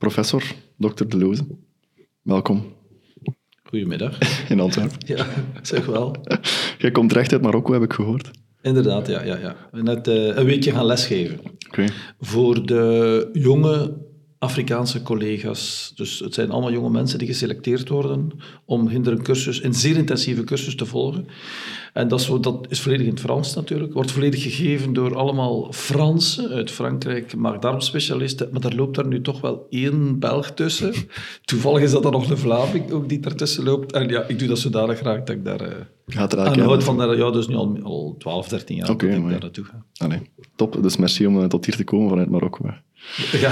Professor Dr. De Looze, welkom. Goedemiddag. In Antwerpen. Ja, zeg wel. Jij komt recht uit Marokko, heb ik gehoord. Inderdaad, ja. Net een weekje gaan lesgeven. Okay. Voor de jonge Afrikaanse collega's. Dus het zijn allemaal jonge mensen die geselecteerd worden om een zeer intensieve cursus te volgen. En dat is volledig in het Frans natuurlijk. Wordt volledig gegeven door allemaal Fransen uit Frankrijk, maag-darmspecialisten. Maar daar loopt daar nu toch wel 1 Belg tussen. Toevallig is dat dan nog een Vlaming ook die daartussen loopt. En ja, ik doe dat zodanig graag dat ik daar aan houd van daar. Ja, dus nu al 12, 13 jaar dat ik daar naartoe ga. Allee, top. Dus merci om tot hier te komen vanuit Marokko. Ja.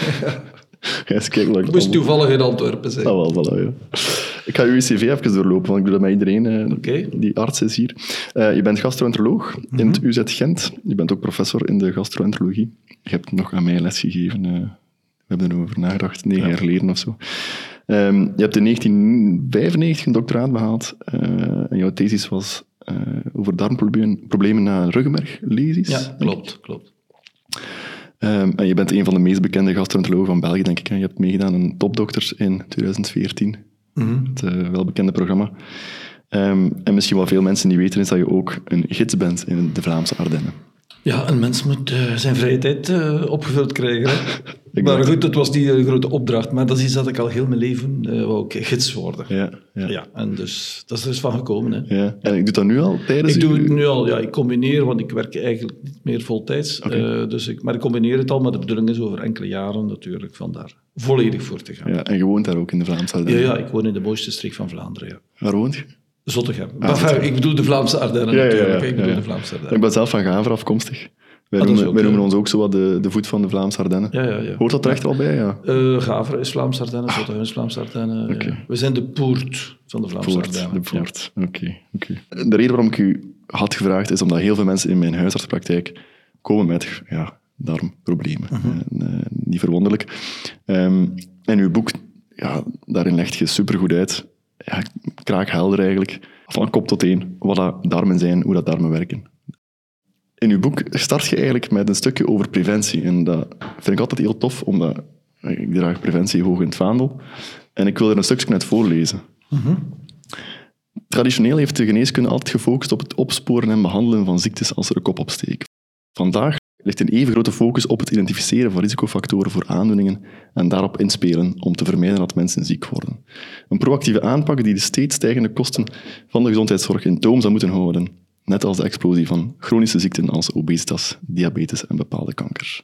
Ik moest toevallig in Antwerpen zijn. Ah, wel, ja. Ik ga uw cv even doorlopen, want ik doe dat met iedereen die arts is hier. Je bent gastroenteroloog in het UZ Gent. Je bent ook professor in de gastroenterologie. Je hebt nog aan mij lesgegeven. We hebben erover nagedacht, 9 jaar geleden of zo. Je hebt in 1995 een doctoraat behaald. En jouw thesis was over darmproblemen na een ruggenmerglesies. Ja, klopt. En je bent een van de meest bekende gastroenterologen van België, denk ik. Je hebt meegedaan aan Topdokters in 2014. Het welbekende programma. En misschien wat veel mensen niet weten, is dat je ook een gids bent in de Vlaamse Ardennen. Ja, een mens moet zijn vrije tijd opgevuld krijgen. Maar goed, dat was niet een grote opdracht. Maar dat is iets dat ik al heel mijn leven wou ik gids worden. Ja, en dus dat is er dus van gekomen. Hè. Ja. En ik doe dat nu al tijdens Ik doe het nu al, ja. Ik combineer, want ik werk eigenlijk niet meer voltijds. Okay. Maar ik combineer het al, maar de bedoeling is over enkele jaren natuurlijk van daar volledig voor te gaan. Ja, en je woont daar ook in de Vlaamse Ardennen? Ja, ik woon in de mooiste streek van Vlaanderen. Ja. Waar woont je? Zottegem. Ik bedoel de Vlaamse Ardennen natuurlijk. Ik bedoel de Vlaamse Ardennen. Ik ben zelf van Gavere afkomstig. Wij noemen ons ook zo wat de voet van de Vlaamse Ardennen. Ja. Hoort dat er echt wel bij? Ja. Gavere is Vlaamse Ardennen, Zottegem is Vlaamse Ardennen. Okay. Ja. We zijn de poort van de Vlaamse Ardennen. De poort, ja. Oké. De reden waarom ik u had gevraagd is omdat heel veel mensen in mijn huisartspraktijk komen met darmproblemen. Niet verwonderlijk. En uw boek, daarin legt je supergoed uit. Ja, kraakhelder eigenlijk, van kop tot teen, wat dat darmen zijn, hoe dat darmen werken. In uw boek start je eigenlijk met een stukje over preventie. En dat vind ik altijd heel tof, omdat ik draag preventie hoog in het vaandel. En ik wil er een stukje uit voorlezen. Traditioneel heeft de geneeskunde altijd gefocust op het opsporen en behandelen van ziektes als er een kop opsteken. Vandaag ligt een even grote focus op het identificeren van risicofactoren voor aandoeningen en daarop inspelen om te vermijden dat mensen ziek worden. Een proactieve aanpak die de steeds stijgende kosten van de gezondheidszorg in toom zou moeten houden, net als de explosie van chronische ziekten als obesitas, diabetes en bepaalde kankers.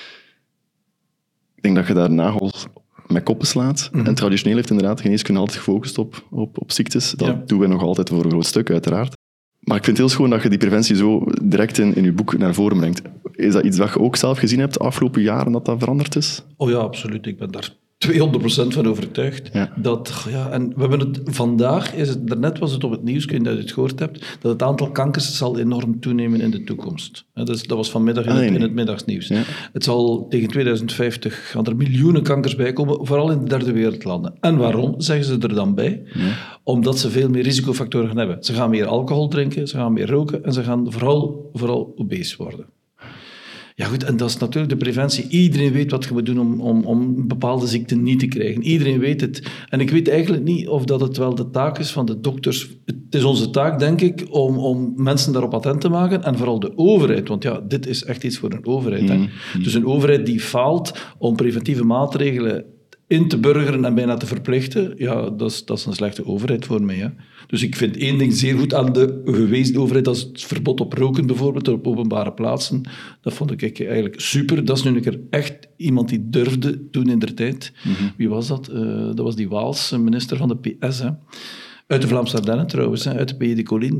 Ik denk dat je daar nagels met koppen slaat. En traditioneel heeft inderdaad de geneeskunde altijd gefocust op ziektes. Dat doen we nog altijd voor een groot stuk, uiteraard. Maar ik vind het heel schoon dat je die preventie zo direct in je boek naar voren brengt. Is dat iets dat je ook zelf gezien hebt de afgelopen jaren, dat veranderd is? Oh ja, absoluut. Ik ben daar 200% van overtuigd. Ja. En we hebben het vandaag, daarnet was het op het nieuws, ik weet niet of je het gehoord hebt, dat het aantal kankers zal enorm toenemen in de toekomst. Dat was vanmiddag in het middagsnieuws. Ja. Het zal tegen 2050 gaan er miljoenen kankers bij komen, vooral in de derde wereldlanden. En waarom, zeggen ze er dan bij? Ja. Omdat ze veel meer risicofactoren gaan hebben. Ze gaan meer alcohol drinken, ze gaan meer roken en ze gaan vooral obese worden. Ja goed, en dat is natuurlijk de preventie. Iedereen weet wat je moet doen om bepaalde ziekten niet te krijgen. Iedereen weet het. En ik weet eigenlijk niet of dat het wel de taak is van de dokters. Het is onze taak, denk ik, om mensen daarop attent te maken. En vooral de overheid. Want ja, dit is echt iets voor een overheid. Hè. Dus een overheid die faalt om preventieve maatregelen in te burgeren en bijna te verplichten, ja, dat is een slechte overheid voor mij. Hè. Dus ik vind één ding zeer goed aan de gewezen overheid, dat is het verbod op roken bijvoorbeeld, op openbare plaatsen. Dat vond ik eigenlijk super. Dat is nu een keer echt iemand die durfde toen in der tijd. Wie was dat? Dat was die Waalse minister van de PS, hè. Uit de Vlaamse Ardennen trouwens, hè, uit de Pays de Collines.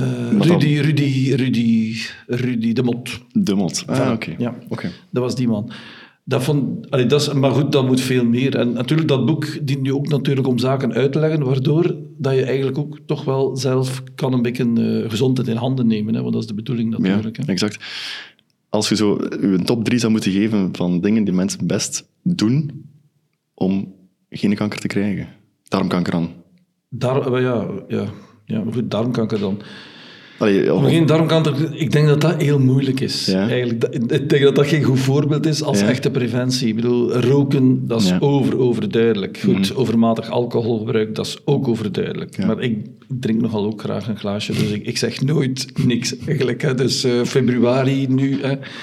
Rudy de Mot. De Mot, oké. Ja, dat was die man. Maar goed, dat moet veel meer. En natuurlijk, dat boek dient nu ook natuurlijk om zaken uit te leggen, waardoor dat je eigenlijk ook toch wel zelf kan een beetje gezondheid in handen nemen. Hè, want dat is de bedoeling natuurlijk. Ja, exact. Als je zo een top 3 zou moeten geven van dingen die mensen best doen om geen kanker te krijgen. Darmkanker dan. Ja, maar goed, darmkanker dan. Geen darmkanker, ik denk dat dat heel moeilijk is. Ja. Eigenlijk, ik denk dat dat geen goed voorbeeld is als echte preventie. Ik bedoel, roken, dat is overduidelijk. Goed, overmatig alcoholgebruik, dat is ook overduidelijk. Ja. Maar ik drink nogal ook graag een glaasje, dus ik zeg nooit niks eigenlijk. Hè. Dus februari nu,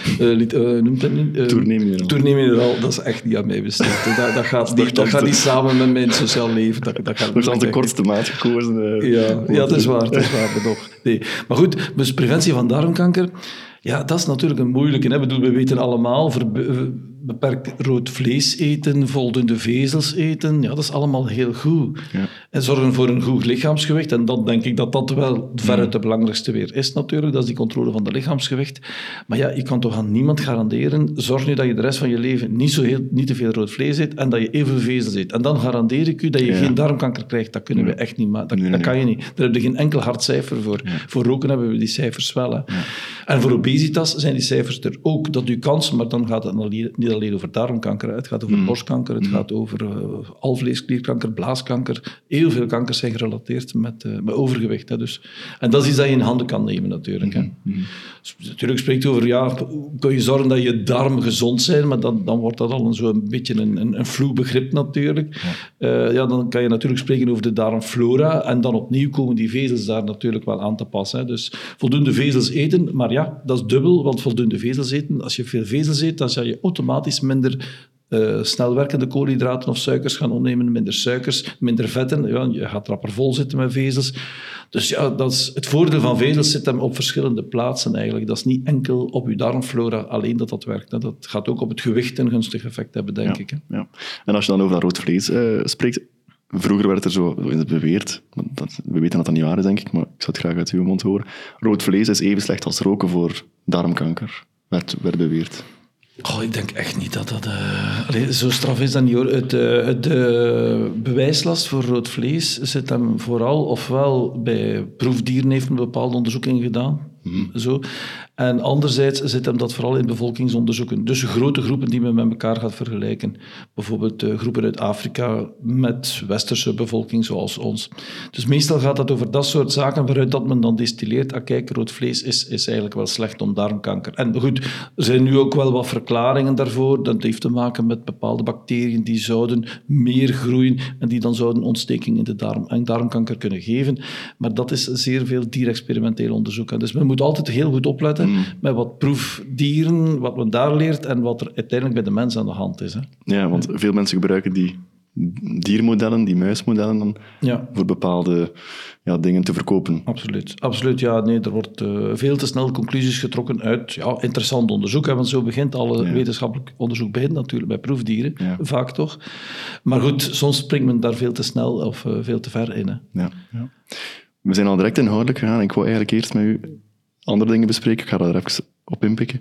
noemt dat niet? Tournee Mineraal, dat is echt niet aan mij besteed. Dat gaat niet samen met mijn sociaal leven. Dat gaat dan de kortste maat gekozen. Ja, dat is waar, maar nog. Nee. Maar goed, dus preventie van darmkanker, ja, dat is natuurlijk een moeilijke. Hè? We weten allemaal, beperk rood vlees eten, voldoende vezels eten, ja, dat is allemaal heel goed. Ja. En zorgen voor een goed lichaamsgewicht, en dan denk ik dat dat wel veruit de belangrijkste weer is natuurlijk, dat is die controle van het lichaamsgewicht. Maar ja, je kan toch aan niemand garanderen, zorg nu dat je de rest van je leven niet te veel rood vlees eet en dat je evenveel vezels eet. En dan garandeer ik u dat je geen darmkanker krijgt. Dat kunnen we echt niet maken. Dat kan je niet. Daar heb je geen enkel hard cijfer voor. Ja. Voor roken hebben we die cijfers wel. Hè. Ja. En voor obesitas zijn die cijfers er ook. Dat u kans, maar dan gaat het niet alleen over darmkanker. Het gaat over borstkanker, het gaat over alvleesklierkanker, blaaskanker. Heel veel kankers zijn gerelateerd met overgewicht. Hè, dus. En dat is iets dat je in handen kan nemen natuurlijk. Hè. Dus, natuurlijk spreekt over, hoe kun je zorgen dat je darmen gezond zijn, maar dan wordt dat al zo'n beetje een vloe begrip natuurlijk. Ja. Dan kan je natuurlijk spreken over de darmflora en dan opnieuw komen die vezels daar natuurlijk wel aan te passen. Hè. Dus voldoende vezels eten, maar ja, dat is dubbel, want voldoende vezels eten, als je veel vezels eet, dan zal je automatisch minder snel werkende koolhydraten of suikers gaan opnemen, minder suikers, minder vetten. Ja, je gaat rapper vol zitten met vezels. Dus ja, dat is, het voordeel van vezels zit hem op verschillende plaatsen eigenlijk. Dat is niet enkel op je darmflora alleen dat werkt. Hè. Dat gaat ook op het gewicht een gunstig effect hebben, denk ik. Hè. Ja. En als je dan over dat rood vlees spreekt, vroeger werd er zo in het beweerd, we weten dat dat niet waar is, denk ik, maar ik zou het graag uit uw mond horen. Rood vlees is even slecht als roken voor darmkanker, werd beweerd. Ik denk echt niet dat dat... zo straf is dat niet, hoor. De bewijslast voor rood vlees zit hem vooral, ofwel bij proefdieren heeft men bepaalde onderzoeken gedaan, zo. En anderzijds zit hem dat vooral in bevolkingsonderzoeken. Dus grote groepen die men met elkaar gaat vergelijken. Bijvoorbeeld groepen uit Afrika met westerse bevolking zoals ons. Dus meestal gaat het over dat soort zaken waaruit dat men dan distilleert. Kijk, rood vlees is eigenlijk wel slecht om darmkanker. En goed, er zijn nu ook wel wat verklaringen daarvoor. Dat heeft te maken met bepaalde bacteriën die zouden meer groeien en die dan zouden ontsteking in de darm en darmkanker kunnen geven. Maar dat is zeer veel dierexperimenteel onderzoek. Dus men moet altijd heel goed opletten met wat proefdieren, wat men daar leert en wat er uiteindelijk bij de mens aan de hand is. Hè. Ja, want veel mensen gebruiken die diermodellen, die muismodellen dan, voor bepaalde dingen te verkopen. Absoluut. Ja, nee, er wordt veel te snel conclusies getrokken uit interessant onderzoek. Hè, want zo begint alle wetenschappelijk onderzoek natuurlijk bij proefdieren, vaak toch. Maar goed, soms springt men daar veel te snel of veel te ver in. Hè. Ja. We zijn al direct inhoudelijk gegaan. Ik wou eigenlijk eerst met u andere dingen bespreken. Ik ga daar even op inpikken.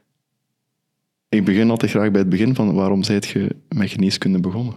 Ik begin altijd graag bij het begin van waarom zijt je met geneeskunde begonnen?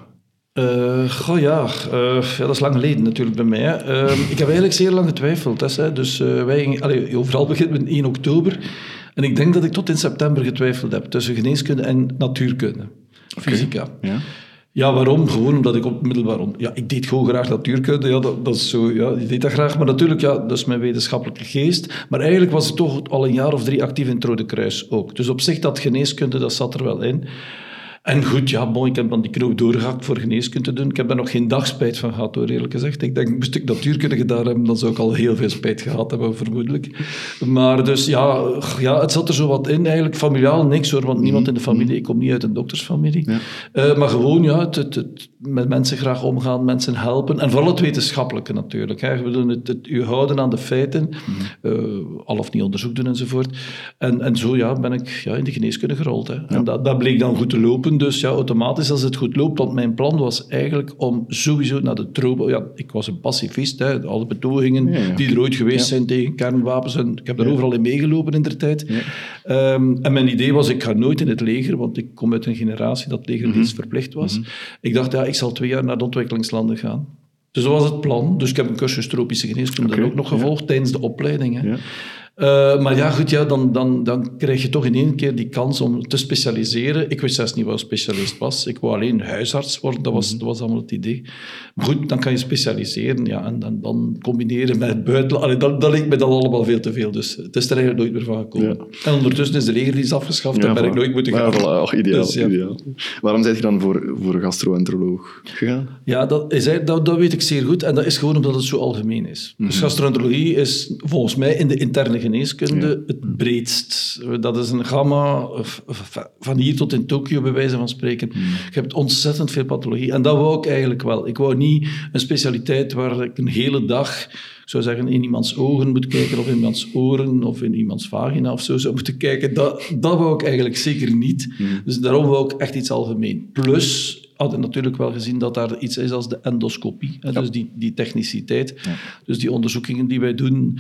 Dat is lang geleden natuurlijk bij mij. Ik heb eigenlijk zeer lang getwijfeld. Dus overal begint met 1 oktober. En ik denk dat ik tot in september getwijfeld heb tussen geneeskunde en natuurkunde. Fysica. Ja. Ja, waarom? Gewoon omdat ik op middelbaar... ik deed gewoon graag natuurkunde. Ja, dat is zo, je deed dat graag. Maar natuurlijk, dat is mijn wetenschappelijke geest. Maar eigenlijk was ik toch al een jaar of 3 actief in het Rode Kruis ook. Dus op zich, dat geneeskunde, dat zat er wel in. En goed, ik heb dan die knoop doorgehakt voor geneeskunde te doen. Ik heb daar nog geen dag spijt van gehad, hoor, eerlijk gezegd. Ik denk, een stuk natuurkunde gedaan hebben, dan zou ik al heel veel spijt gehad hebben, vermoedelijk. Maar dus het zat er zo wat in. Eigenlijk familiaal niks, hoor, want niemand in de familie, ik kom niet uit een doktersfamilie. Ja. Maar gewoon, het met mensen graag omgaan, mensen helpen. En vooral het wetenschappelijke natuurlijk. Hè. We doen het u houden aan de feiten, al of niet onderzoek doen enzovoort. En zo ben ik in de geneeskunde gerold. Hè. Ja. En dat bleek dan goed te lopen. Dus automatisch als het goed loopt, want mijn plan was eigenlijk om sowieso naar de tropen... Ja, ik was een pacifist, hè, alle betogingen die er ooit geweest zijn tegen kernwapens. En ik heb daar overal in meegelopen in der tijd. Ja. En mijn idee was, ik ga nooit in het leger, want ik kom uit een generatie dat legerdienst verplicht was. Ik dacht, ik zal 2 jaar naar de ontwikkelingslanden gaan. Dus dat was het plan. Dus ik heb een cursus tropische geneeskunde ook nog gevolgd tijdens de opleiding. Hè. Ja. Maar ja, goed, ja, dan krijg je toch in één keer die kans om te specialiseren. Ik wist zelfs niet wat specialist was. Ik wou alleen huisarts worden, dat was allemaal het idee. Maar goed, dan kan je specialiseren, ja, en dan combineren met het buitenland. Dat leek me dan allemaal veel te veel, dus het is er eigenlijk nooit meer van gekomen. Ja. En ondertussen is de legerdienst afgeschaft en ben ik nooit moeten gaan. Ja, ideaal, dus, ja. Ideaal. Waarom ben je dan voor gastro-enteroloog gegaan? Ja, dat weet ik zeer goed. En dat is gewoon omdat het zo algemeen is. Dus gastro-enterologie is volgens mij in de interne geneeskunde het breedst. Dat is een gamma van hier tot in Tokio, bij wijze van spreken. Je hebt ontzettend veel pathologie. En dat wou ik eigenlijk wel. Ik wou niet een specialiteit waar ik een hele dag, ik zou zeggen, in iemands ogen moet kijken, of in iemands oren, of in iemands vagina, of zo zou moeten kijken. Dat wou ik eigenlijk zeker niet. Dus daarom wou ik echt iets algemeen. Plus hadden natuurlijk wel gezien dat daar iets is als de endoscopie. Hè, dus die techniciteit. Ja. Dus die onderzoekingen die wij doen.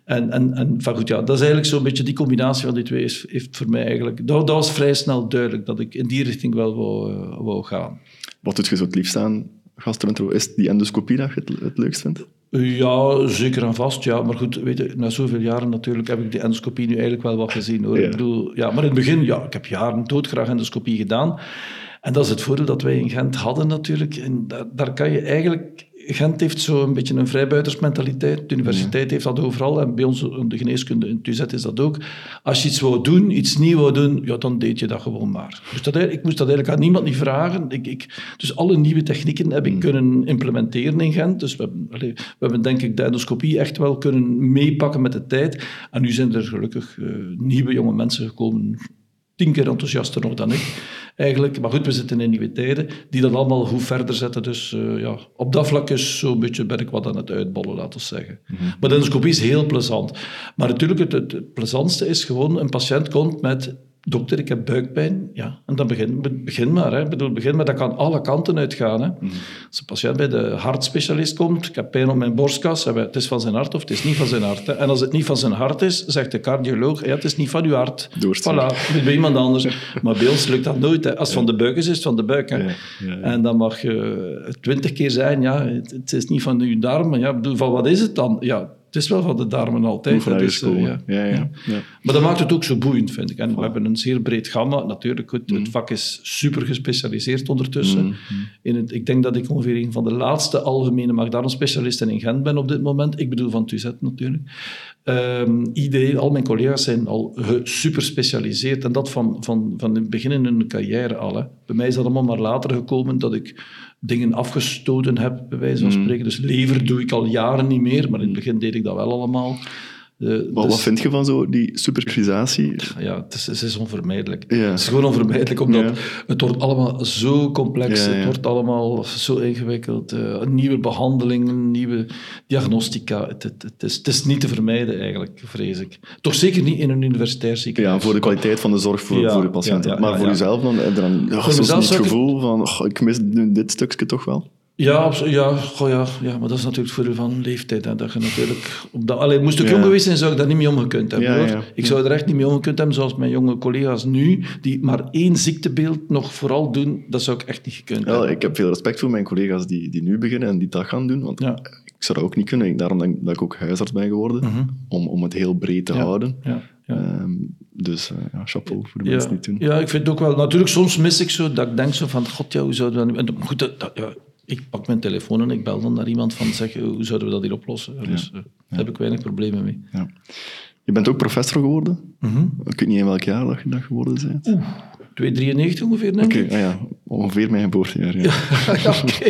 En van goed, ja, dat is eigenlijk zo'n beetje die combinatie van die twee heeft voor mij eigenlijk... Dat was vrij snel duidelijk dat ik in die richting wel wou gaan. Wat doet je zo het liefst aan gastro-enterologie? Is die endoscopie dat je het leukst vindt? Ja, zeker en vast. Ja. Maar goed, weet je, na zoveel jaren natuurlijk heb ik die endoscopie nu eigenlijk wel wat gezien. Hoor. Ja. Ik bedoel, ja, maar in het begin, ja, ik heb jaren doodgraag endoscopie gedaan. En dat is het voordeel dat wij in Gent hadden natuurlijk. En daar kan je eigenlijk... Gent heeft zo'n beetje een vrijbuitersmentaliteit. De universiteit heeft dat overal. En bij ons, de geneeskunde in TUZ is dat ook. Als je iets wou doen, iets nieuw wou doen, ja, dan deed je dat gewoon maar. Ik moest dat eigenlijk aan niemand niet vragen. Dus alle nieuwe technieken heb ik kunnen implementeren in Gent. Dus we hebben denk ik de endoscopie echt wel kunnen meepakken met de tijd. En nu zijn er gelukkig nieuwe jonge mensen gekomen, 10 keer enthousiaster nog dan ik, eigenlijk. Maar goed, we zitten in nieuwe tijden, die dat allemaal goed verder zetten. Dus ja, op dat vlak is zo'n beetje ben ik wat aan het uitbollen, laten we zeggen. Maar de endoscopie is heel plezant. Maar natuurlijk, het plezantste is gewoon, een patiënt komt met... Dokter, ik heb buikpijn. Ja, en dan begin maar. Hè. Begin maar. Dat kan alle kanten uitgaan. Hè. Als een patiënt bij de hartspecialist komt, ik heb pijn op mijn borstkas, het is van zijn hart of het is niet van zijn hart. Hè. En als het niet van zijn hart is, zegt de cardioloog, ja, het is niet van uw hart. Voilà, bij iemand anders. Maar bij ons lukt dat nooit. Hè. Als het van de buik is het van de buik. Hè. Ja. En dan mag je 20 keer zeggen, ja, het is niet van uw darmen. Ja, van wat is het dan? Ja, het is wel van de darmen altijd. Dus, ja. Maar dat maakt het ook zo boeiend, vind ik. En we hebben een zeer breed gamma. Natuurlijk, het vak is super gespecialiseerd ondertussen. Ik denk dat ik ongeveer een van de laatste algemene maag-darmspecialisten in Gent ben op dit moment. Ik bedoel van TUZ natuurlijk. Al mijn collega's zijn al super gespecialiseerd. En dat van het begin in hun carrière al. Hè. Bij mij is dat allemaal maar later gekomen dat ik dingen afgestoten heb, bij wijze van spreken. Dus lever doe ik al jaren niet meer, maar in het begin deed ik dat wel allemaal. Wat vind je van zo die superspecialisatie? Ja, het is onvermijdelijk. Ja. Het is gewoon onvermijdelijk, omdat het wordt allemaal zo complex, het wordt allemaal zo ingewikkeld. Nieuwe behandelingen, nieuwe diagnostica. Het is niet te vermijden eigenlijk, vrees ik. Toch zeker niet in een universitair ziekenhuis. Ja, voor de kwaliteit van de zorg voor de patiënten. Maar voor jezelf dan? Heb je dan niet het gevoel van, ik mis dit stukje toch wel? Ja, maar dat is natuurlijk het voordeel van leeftijd. Hè. Dat je natuurlijk moest ik jong geweest zijn, zou ik daar niet mee omgekund hebben. Hoor. Ik zou er echt niet mee omgekund hebben, zoals mijn jonge collega's nu, die maar 1 ziektebeeld nog vooral doen, dat zou ik echt niet gekund hebben. Ik heb veel respect voor mijn collega's die nu beginnen en die dat gaan doen, want ik zou dat ook niet kunnen. Daarom denk ik dat ik ook huisarts ben geworden, om het heel breed te houden. Dus chapeau voor de mensen die het doen. Ja, ik vind het ook wel... Natuurlijk, soms mis ik zo, dat ik denk zo van, god, hoe zouden we dat nu... Goed, ik pak mijn telefoon en ik bel dan naar iemand van zeg, hoe zouden we dat hier oplossen? Dus daar heb ik weinig problemen mee. Ja. Je bent ook professor geworden. Ik weet niet in welk jaar dat je dat geworden bent. 293 ongeveer, denk ik. Oké, ongeveer mijn geboortejaar. Ja. Oké.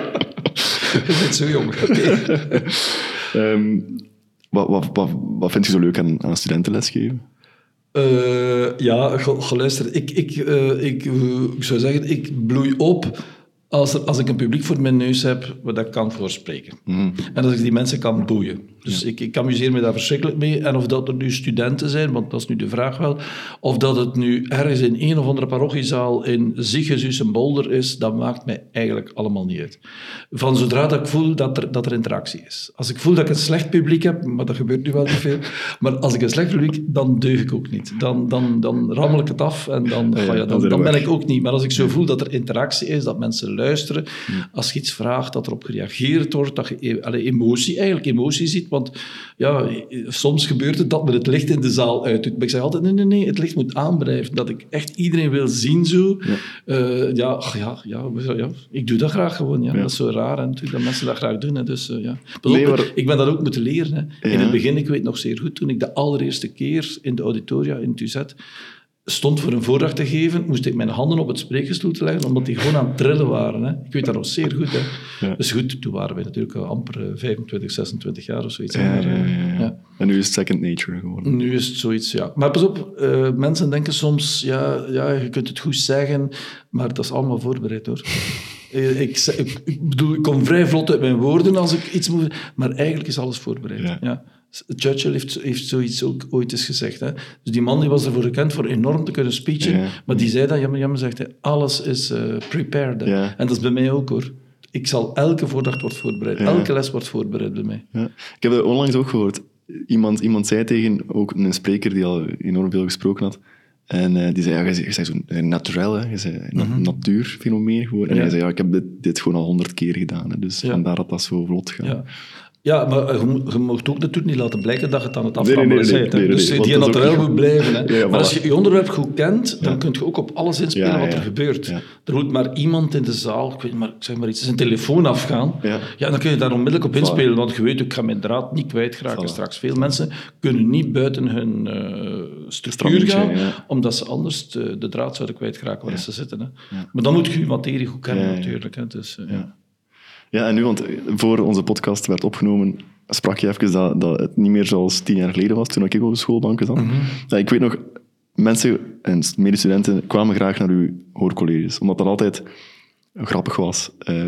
Je bent zo jong. Wat vind je zo leuk aan studentenlesgeven? Luister, ik zou zeggen, ik bloei op als ik een publiek voor mijn neus heb waar ik kan voor spreken. En als ik die mensen kan boeien. Dus ik amuseer me daar verschrikkelijk mee. En of dat er nu studenten zijn, want dat is nu de vraag wel, of dat het nu ergens in een of andere parochiezaal in Ziegezus en Bolder is, dat maakt mij eigenlijk allemaal niet uit. Van zodra dat ik voel dat er interactie is. Als ik voel dat ik een slecht publiek heb, maar dat gebeurt nu wel niet veel, maar als ik een slecht publiek, dan deug ik ook niet. Dan rammel ik het af en dan ben ik ook niet. Maar als ik zo voel dat er interactie is, dat mensen luisteren, luisteren. Als je iets vraagt, dat erop gereageerd wordt, dat je emotie ziet. Want ja, soms gebeurt het dat men het licht in de zaal uitdoet. Maar ik zeg altijd, nee, het licht moet aanblijven. Dat ik echt iedereen wil zien zo. Ik doe dat graag gewoon. Ja. Dat is zo raar hè, natuurlijk, dat mensen dat graag doen. Hè. Dus, ik ben dat ook moeten leren. Hè. In het begin, ik weet nog zeer goed, toen ik de allereerste keer in de auditoria, in het UZ, stond voor een voordracht te geven, moest ik mijn handen op het spreekgestoel te leggen, omdat die gewoon aan het trillen waren. Hè. Ik weet dat nog zeer goed. Hè. Ja. Dus goed, toen waren wij natuurlijk amper 25, 26 jaar of zoiets. Ja. En nu is het second nature geworden. Nu is het zoiets, ja. Maar pas op, mensen denken soms, je kunt het goed zeggen, maar dat is allemaal voorbereid, hoor. Ik bedoel, ik kom vrij vlot uit mijn woorden als ik iets moet... Maar eigenlijk is alles voorbereid. Ja. Churchill heeft zoiets ook ooit eens gezegd. Hè. Dus die man die was ervoor gekend voor enorm te kunnen speechen, maar die zei dat, jammer zegt hij, alles is prepared. En dat is bij mij ook, hoor. Elke voordracht wordt voorbereid. Elke les wordt voorbereid bij mij. Ja. Ik heb dat onlangs ook gehoord. Iemand zei tegen ook een spreker die al enorm veel gesproken had, en die zei, je bent zo'n naturel, hè. Je bent een natuurfenomeen geworden. En hij zei, ik heb dit gewoon al 100 keer gedaan. Hè. Dus vandaar dat zo vlot gaat. Ja, maar je mocht ook natuurlijk niet laten blijken dat je het aan het aframmelen bent. Dus die naturel moet blijven. Hè. Maar als je je onderwerp goed kent, dan kun je ook op alles inspelen wat er gebeurt. Er moet maar iemand in de zaal, ik zeg maar iets, zijn telefoon afgaan. Ja, dan kun je daar onmiddellijk op inspelen. Want je weet, ik ga mijn draad niet kwijtraken straks. Veel mensen kunnen niet buiten hun structuur gaan, omdat ze anders de draad zouden kwijtraken waar ze zitten. Hè. Maar dan moet je je materie goed kennen natuurlijk. Hè. Dus, Ja, en nu, want voor onze podcast werd opgenomen, sprak je even dat het niet meer zoals 10 jaar geleden was, toen ik op de schoolbanken zat. Ja, ik weet nog, mensen en medestudenten kwamen graag naar uw hoorcolleges, omdat dat altijd grappig was,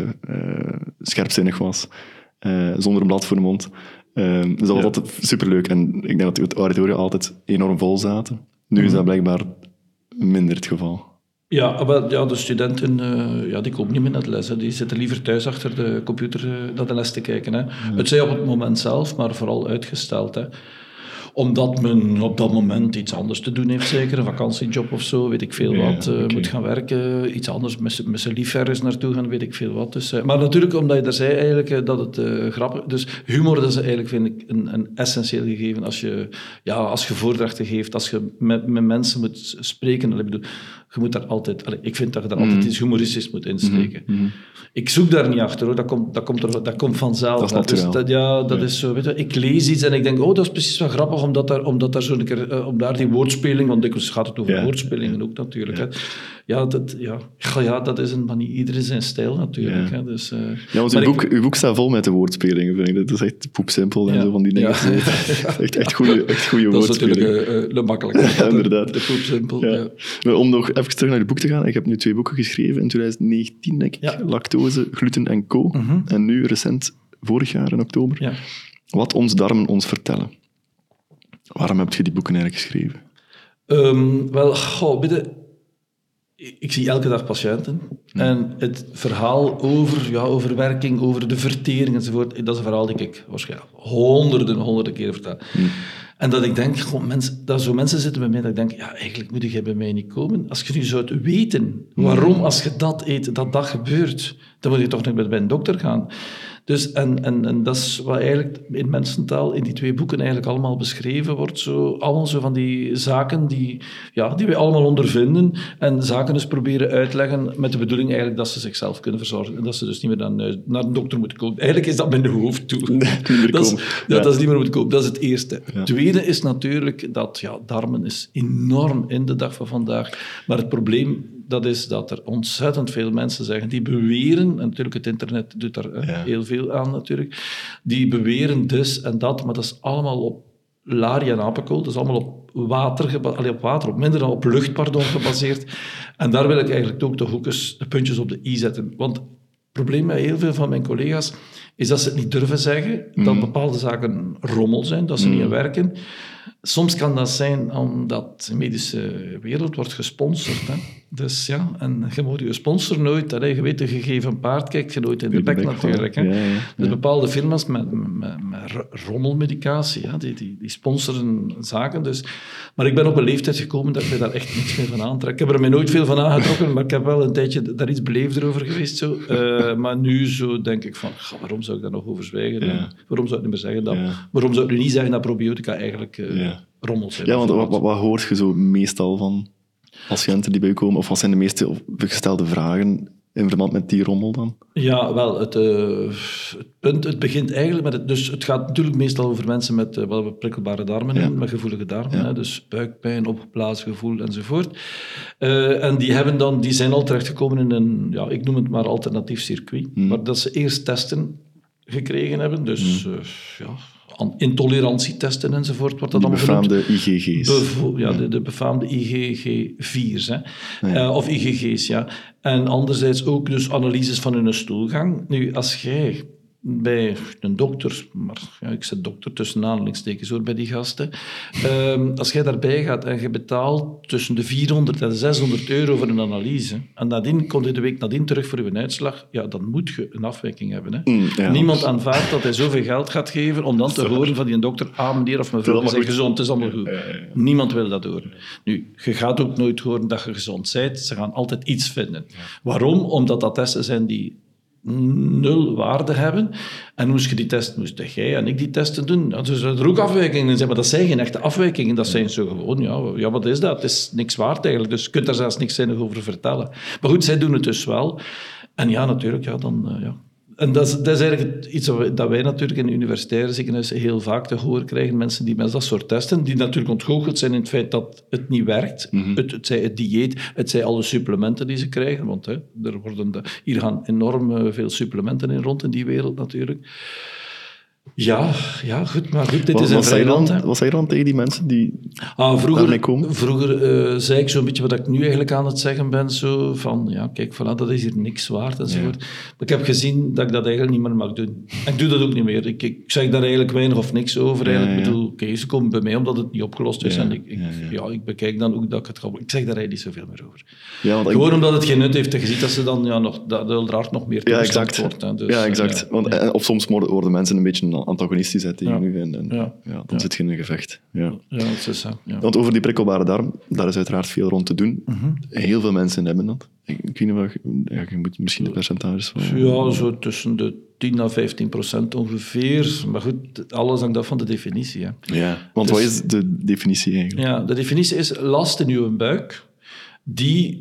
scherpzinnig was, zonder een blad voor de mond. Dus dat was altijd superleuk. En ik denk dat het auditoria altijd enorm vol zaten. Nu is dat blijkbaar minder het geval. Ja, de studenten die komen niet meer naar de les. Hè. Die zitten liever thuis achter de computer naar de les te kijken. Hè. Het zij op het moment zelf, maar vooral uitgesteld. Hè. Omdat men op dat moment iets anders te doen heeft, zeker. Een vakantiejob of zo, weet ik veel wat. Moet gaan werken, iets anders met zijn lief ergens naartoe gaan, weet ik veel wat. Dus, maar natuurlijk, omdat je daar zei eigenlijk dat het grappig... Dus humor, dat is eigenlijk, vind ik, een essentieel gegeven. Als je voordrachten geeft, als je met mensen moet spreken. Ik bedoel, je moet daar altijd... ik vind dat je daar altijd iets humoristisch moet insteken. Ik zoek daar niet achter, hoor. Dat komt vanzelf. Dat is natuurlijk. Dat is zo. Weet je, ik lees iets en ik denk, dat is precies wel grappig, omdat daar zo'n keer... Om daar die woordspelling, want dikwijls gaat het over woordspelingen ook natuurlijk. Hè. Dat is een manier. Iedereen zijn stijl natuurlijk. Hè. Dus, want uw boek staat vol met de woordspelingen, vind ik. Dat is echt poepsimpel en zo van die dingen. Echt goede woordspelingen. Dat is natuurlijk de makkelijke. Inderdaad. De poepsimpel, Maar om nog even terug naar je boek te gaan. Ik heb nu 2 boeken geschreven in 2019, denk ik. Lactose, gluten en co. En nu recent, vorig jaar in oktober. Ja. Wat ons darmen ons vertellen. Waarom heb je die boeken eigenlijk geschreven? Ik zie elke dag patiënten. En het verhaal over werking, over de vertering enzovoort, dat is een verhaal die ik waarschijnlijk honderden keren vertel. En dat ik denk, dat zo mensen zitten bij mij, dat ik denk, eigenlijk moet je bij mij niet komen. Als je nu zou weten waarom, als je dat eet, dat gebeurt, dan moet je toch nog bij een dokter gaan. Dus, en dat is wat eigenlijk in mensentaal in die 2 boeken eigenlijk allemaal beschreven wordt. Allemaal zo van die zaken die wij allemaal ondervinden. En zaken dus proberen uitleggen met de bedoeling eigenlijk dat ze zichzelf kunnen verzorgen. En dat ze dus niet meer naar een dokter moeten komen. Eigenlijk is dat mijn hoofd toe. Dat is niet meer moeten komen. Dat is het eerste. Ja. Het tweede is natuurlijk dat darmen is enorm in de dag van vandaag. Maar het probleem... Dat is dat er ontzettend veel mensen zeggen, die beweren, en natuurlijk het internet doet daar heel veel aan natuurlijk, die beweren dus en dat, maar dat is allemaal op larie en apenkool, dat is allemaal op water, minder dan op lucht, gebaseerd. En daar wil ik eigenlijk ook de puntjes op de i zetten. Want het probleem met heel veel van mijn collega's is dat ze het niet durven zeggen, dat bepaalde zaken rommel zijn, dat ze niet werken. Soms kan dat zijn omdat de medische wereld wordt gesponsord. Hè. Dus ja, en je moet je sponsor nooit... Je weet, een gegeven paard kijkt je nooit in de bek natuurlijk. Hè. Ja. Dus bepaalde firma's met rommelmedicatie, ja, die sponsoren zaken. Dus. Maar ik ben op een leeftijd gekomen dat ik me daar echt niks meer van aantrek. Ik heb er mij nooit veel van aangetrokken, maar ik heb wel een tijdje daar iets beleefder over geweest. Zo. Maar nu zo denk ik van, waarom zou ik daar nog over zwijgen? Ja. Waarom zou ik niet meer zeggen dat? Ja. Waarom zou ik nu niet zeggen dat probiotica eigenlijk rommel zijn? Ja, want wat hoort je zo meestal van patiënten die bij je komen? Of wat zijn de meeste gestelde vragen in verband met die rommel dan? Ja, wel, het punt, het begint eigenlijk met het... Dus het gaat natuurlijk meestal over mensen met wat we prikkelbare darmen noemen, met gevoelige darmen. Hè, dus buikpijn, opgeblazen gevoel enzovoort. En die zijn al terechtgekomen in een, ik noem het maar alternatief circuit, waar dat ze eerst testen gekregen hebben. Dus intolerantietesten enzovoort wordt dat allemaal genoemd. De befaamde IgG's. De befaamde IgG4's. Hè. Of IgG's, ja. En anderzijds ook dus analyses van hun stoelgang. Nu, als jij bij een dokter, maar ik zet dokter tussen aanhalingstekens hoor, bij die gasten, als jij daarbij gaat en je betaalt tussen de 400 en 600 euro voor een analyse, en nadien komt je de week nadien terug voor je uitslag, dan moet je een afwijking hebben. Hè. Niemand aanvaardt dat hij zoveel geld gaat geven om dan te horen van die dokter, meneer of mevrouw, je bent gezond, het is allemaal goed. Niemand wil dat horen. Nu, je gaat ook nooit horen dat je gezond bent, ze gaan altijd iets vinden. Waarom? Omdat dat testen zijn die 0 waarde hebben. En moest jij en ik die testen doen. Dus er ook afwijkingen zijn, maar dat zijn geen echte afwijkingen. Dat zijn zo gewoon, wat is dat? Het is niks waard eigenlijk, dus je kunt daar zelfs niks zinnig over vertellen. Maar goed, zij doen het dus wel. En ja, natuurlijk, dan... En dat is eigenlijk iets dat wij natuurlijk in de universitaire ziekenhuizen heel vaak te horen krijgen. Mensen die met dat soort testen, die natuurlijk ontgoocheld zijn in het feit dat het niet werkt. Het zij het dieet, het zij alle supplementen die ze krijgen. Want hier gaan enorm veel supplementen in rond in die wereld natuurlijk. Ja, goed, maar goed, dit is een vrij land. Wat zei je dan tegen die mensen die daarmee komen? Vroeger zei ik zo'n beetje wat ik nu eigenlijk aan het zeggen ben, zo van, kijk, voilà, dat is hier niks waard enzovoort. Maar ik heb gezien dat ik dat eigenlijk niet meer mag doen. En ik doe dat ook niet meer. Ik zeg daar eigenlijk weinig of niks over. Ik bedoel, ze komen bij mij omdat het niet opgelost is. En ik bekijk dan ook dat ik het ga... Ik zeg daar eigenlijk niet zoveel meer over. Gewoon omdat het geen nut heeft. Je ziet dat ze dan dat uiteraard nog meer toestand wordt. Hè. Dus, exact. Of soms worden mensen een beetje antagonistisch tegen u en dan zit je in een gevecht. Dat is zo. Ja. Want over die prikkelbare darm, daar is uiteraard veel rond te doen. Heel veel mensen hebben dat. Ik weet niet wat... je moet misschien de percentages... Zo tussen de 10 à 15% ongeveer. Maar goed, alles hangt af van de definitie. Hè. Ja, want wat is de definitie eigenlijk? Ja, de definitie is last in uw buik die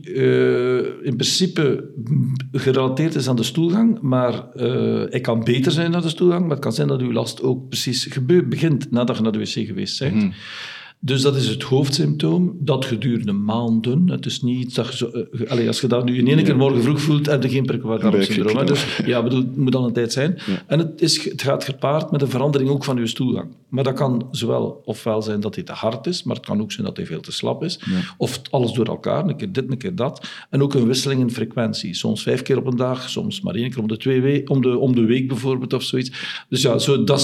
in principe gerelateerd is aan de stoelgang, maar het kan beter zijn dan de stoelgang, maar het kan zijn dat uw last ook precies begint nadat je naar de wc geweest bent. Dus dat is het hoofdsymptoom, dat gedurende maanden. Het is niet iets dat je zo... als je dat nu in één keer morgen vroeg voelt, heb je geen prikkelbaar darmsyndroom. Dus het moet al een tijd zijn. Ja. En het gaat gepaard met een verandering ook van je stoelgang. Maar dat kan zowel ofwel zijn dat hij te hard is, maar het kan ook zijn dat hij veel te slap is. Ja. Of alles door elkaar, een keer dit, een keer dat. En ook een wisseling in frequentie. Soms 5 keer op een dag, soms maar 1 keer om de week bijvoorbeeld of zoiets. Dus ja,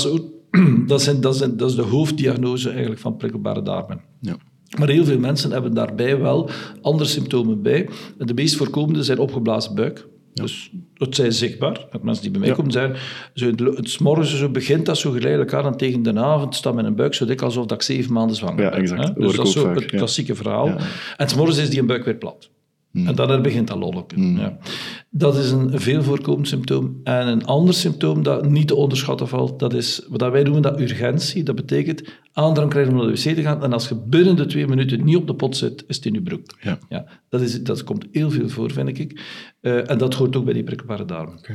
dat is de hoofddiagnose eigenlijk van prikkelbare darmen. Ja. Maar heel veel mensen hebben daarbij wel andere symptomen bij. En de meest voorkomende zijn opgeblazen buik. Ja. Dus het zijn zichtbaar. Mensen die bij mij komen zeggen, het 's morgens zo begint dat zo geleidelijk aan en tegen de avond staat mijn buik zo dik alsof ik 7 maanden zwanger ben. Ja, exact. Dus dat is zo het klassieke verhaal. Ja. En 's morgens is die buik weer plat. En dan begint dat lolken. Ja. Dat is een veel voorkomend symptoom. En een ander symptoom dat niet te onderschatten valt, dat is wat wij noemen dat urgentie. Dat betekent aandrang krijgen om naar de wc te gaan. En als je binnen de 2 minuten niet op de pot zit, is het in je broek. Ja. Dat komt heel veel voor, vind ik. En dat hoort ook bij die prikkelbare darmen. Okay.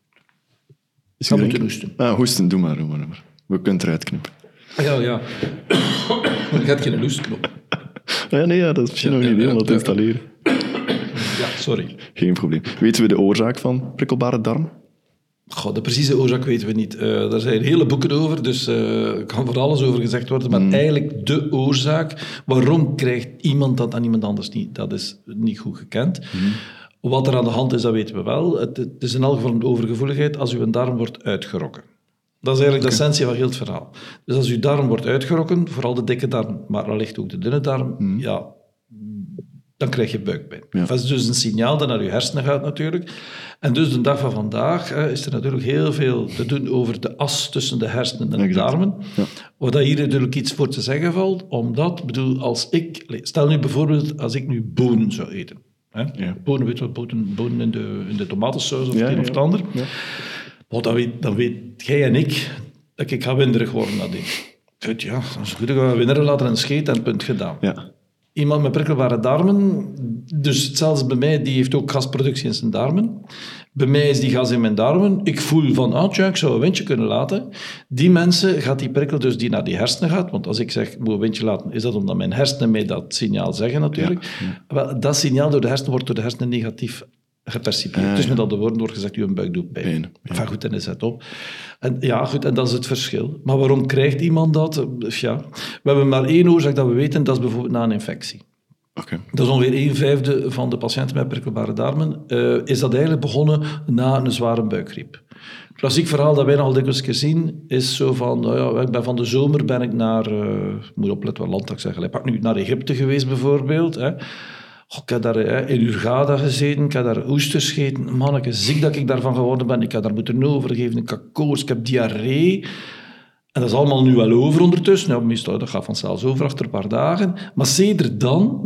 Dan moet je hoesten. Hoesten, doe maar. We kunnen het eruit knippen. Ja. Ik heb geen hoestknop. Dat is misschien nog een idee om dat te installeren. Ja, sorry. Geen probleem. Weten we de oorzaak van prikkelbare darm? De precieze oorzaak weten we niet. Daar zijn hele boeken over, dus er kan voor alles over gezegd worden. Maar eigenlijk de oorzaak, waarom krijgt iemand dat en iemand anders niet, dat is niet goed gekend. Wat er aan de hand is, dat weten we wel. Het is in elk geval een overgevoeligheid als uw darm wordt uitgerokken. Dat is eigenlijk de essentie van heel het verhaal. Dus als uw darm wordt uitgerokken, vooral de dikke darm, maar wellicht ook de dunne darm, dan krijg je buikpijn. Ja. Dat is dus een signaal dat naar je hersenen gaat natuurlijk. En dus de dag van vandaag is er natuurlijk heel veel te doen over de as tussen de hersenen en de darmen. Ja. Waar dat hier natuurlijk iets voor te zeggen valt, omdat, stel nu bijvoorbeeld, als ik nu bonen zou eten. Hè? Ja. Bonen, weet je wat, bonen in de tomatensaus of het een of het ander. Ja. Oh, dan weet jij en ik dat ik ga winderig worden nadien. Goed, ja, dat is goed. Ik ga winderig laten en scheet en punt gedaan. Ja. Iemand met prikkelbare darmen, dus hetzelfde bij mij, die heeft ook gasproductie in zijn darmen. Bij mij is die gas in mijn darmen. Ik voel van, ik zou een windje kunnen laten. Die mensen gaat die prikkel dus die naar die hersenen gaat. Want als ik zeg, ik moet een windje laten, is dat omdat mijn hersenen mij dat signaal zeggen natuurlijk. Ja. Wel, dat signaal door de hersenen wordt door de hersenen negatief gepercipieerd. Dus met andere woorden wordt gezegd, je buik doet pijn. Enfin, goed, en is het op. En ja, goed, en dat is het verschil. Maar waarom krijgt iemand dat? Ja, we hebben maar één oorzaak dat we weten, dat is bijvoorbeeld na een infectie. Okay. Dat is ongeveer 1/5 van de patiënten met prikkelbare darmen. Is dat eigenlijk begonnen na een zware buikgriep. Het klassiek verhaal dat wij nog al dikwijls keer zien, is zo van, van de zomer ben ik naar, moet opletten wat land ik zeg, ik pak nu naar Egypte geweest bijvoorbeeld, hè. Ik heb daar in Hurghada gezeten, ik heb daar oesters gegeten. Manneke, ziek dat ik daarvan geworden ben. Ik heb daar moeten overgeven, ik heb koorts, ik heb diarree. En dat is allemaal nu wel over ondertussen. Ja, meestal, dat gaat vanzelfs over achter een paar dagen. Maar sedert dan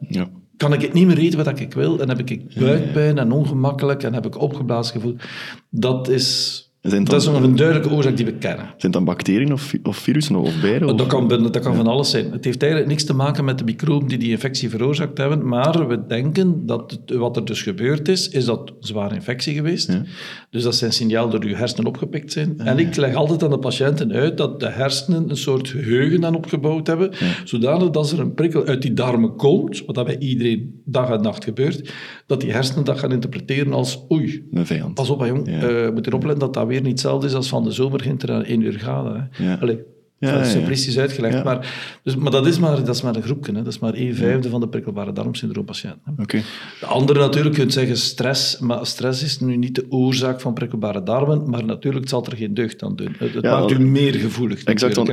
kan ik het niet meer eten wat ik wil. En heb ik buikpijn en ongemakkelijk en heb ik opgeblazen gevoel. Dat is nog een duidelijke oorzaak die we kennen. Zijn het dan bacteriën of virussen of bijen? Dat kan van alles zijn. Het heeft eigenlijk niks te maken met de microben die infectie veroorzaakt hebben, maar we denken dat wat er dus gebeurd is dat een zware infectie geweest. Ja. Dus dat zijn signaal door je hersenen opgepikt zijn. En ik leg altijd aan de patiënten uit dat de hersenen een soort geheugen aan opgebouwd hebben, zodanig dat er een prikkel uit die darmen komt, wat dat bij iedereen dag en nacht gebeurt, dat die hersenen dat gaan interpreteren als oei, een vijand. Pas op, jong. Moet erop letten dat dat weer niet hetzelfde is als van de zomer ging er 1 uur gaan. Allee, dat is simplistisch uitgelegd. Ja. Maar dat is maar een groepje. Hè. Dat is maar 1/5 van de prikkelbare darmsyndroompatiënten. Okay. De andere natuurlijk, je kunt zeggen stress, maar stress is nu niet de oorzaak van prikkelbare darmen, maar natuurlijk zal er geen deugd aan doen. Het maakt u meer gevoelig. Exact, want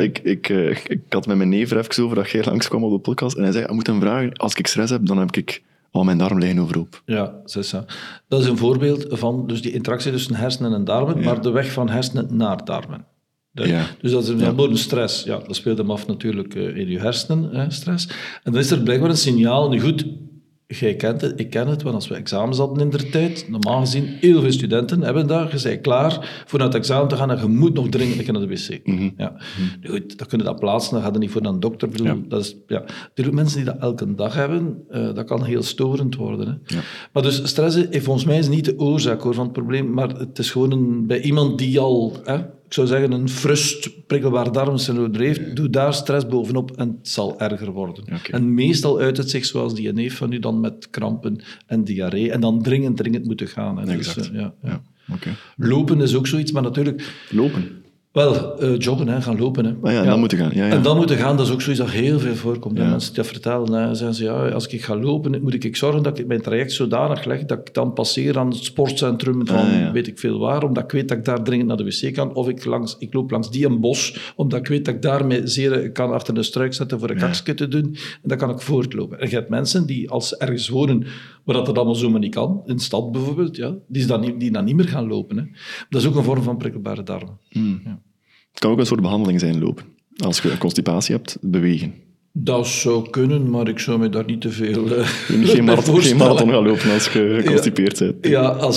ik had met mijn neef er even over dat jij langskwam op de podcast en hij zei, je moet hem vragen, als ik stress heb, dan heb ik al mijn darm liggen overhoop. Ja, dat is een voorbeeld van dus die interactie tussen hersenen en darmen, maar de weg van hersenen naar darmen. Dus dat is een stress. Ja, dat speelt hem af natuurlijk in je hersenen, stress. En dan is er blijkbaar een signaal. Nu goed, jij kent het, ik ken het, want als we examens hadden in der tijd, normaal gezien, heel veel studenten hebben dat. Je bent klaar voor naar het examen te gaan en je moet nog dringend naar de wc. Mm-hmm. Ja. Nu goed, dan kunnen dat plaatsen, dan gaat er niet voor naar een dokter. Dat is, natuurlijk, mensen die dat elke dag hebben, dat kan heel storend worden. Hè. Ja. Maar dus stress heeft volgens mij is niet de oorzaak van het probleem, maar het is gewoon bij iemand die al... ik zou zeggen, een frust prikkelbaar darmsyndroom heeft, doe daar stress bovenop en het zal erger worden. Okay. En meestal uit het zich zoals die neef van u dan met krampen en diarree en dan dringend moeten gaan. Hè. Exact. Dus, Okay. Lopen is ook zoiets, maar natuurlijk... Lopen? Wel, joggen, gaan lopen. Hè. En dan moeten gaan. Ja. En dan moeten gaan, dat is ook zoiets dat heel veel voorkomt. Ja. Mensen die dat vertellen, zeggen ze, als ik ga lopen, moet ik zorgen dat ik mijn traject zodanig leg dat ik dan passeer aan het sportcentrum van weet ik veel waar, omdat ik weet dat ik daar dringend naar de wc kan. Of ik loop langs die een bos, omdat ik weet dat ik daarmee zeer kan achter een struik zetten voor een kakske te doen. En dan kan ik voortlopen. En je hebt mensen die als ergens wonen, waar dat allemaal zomaar niet kan, in de stad bijvoorbeeld, die dan niet meer gaan lopen. Hè. Dat is ook een vorm van prikkelbare darmen. Ja. Het kan ook een soort behandeling zijn, lopen. Als je constipatie hebt, bewegen. Dat zou kunnen, maar ik zou me daar niet te veel geen marathon gaan lopen als je geconstipeerd bent. Ja, als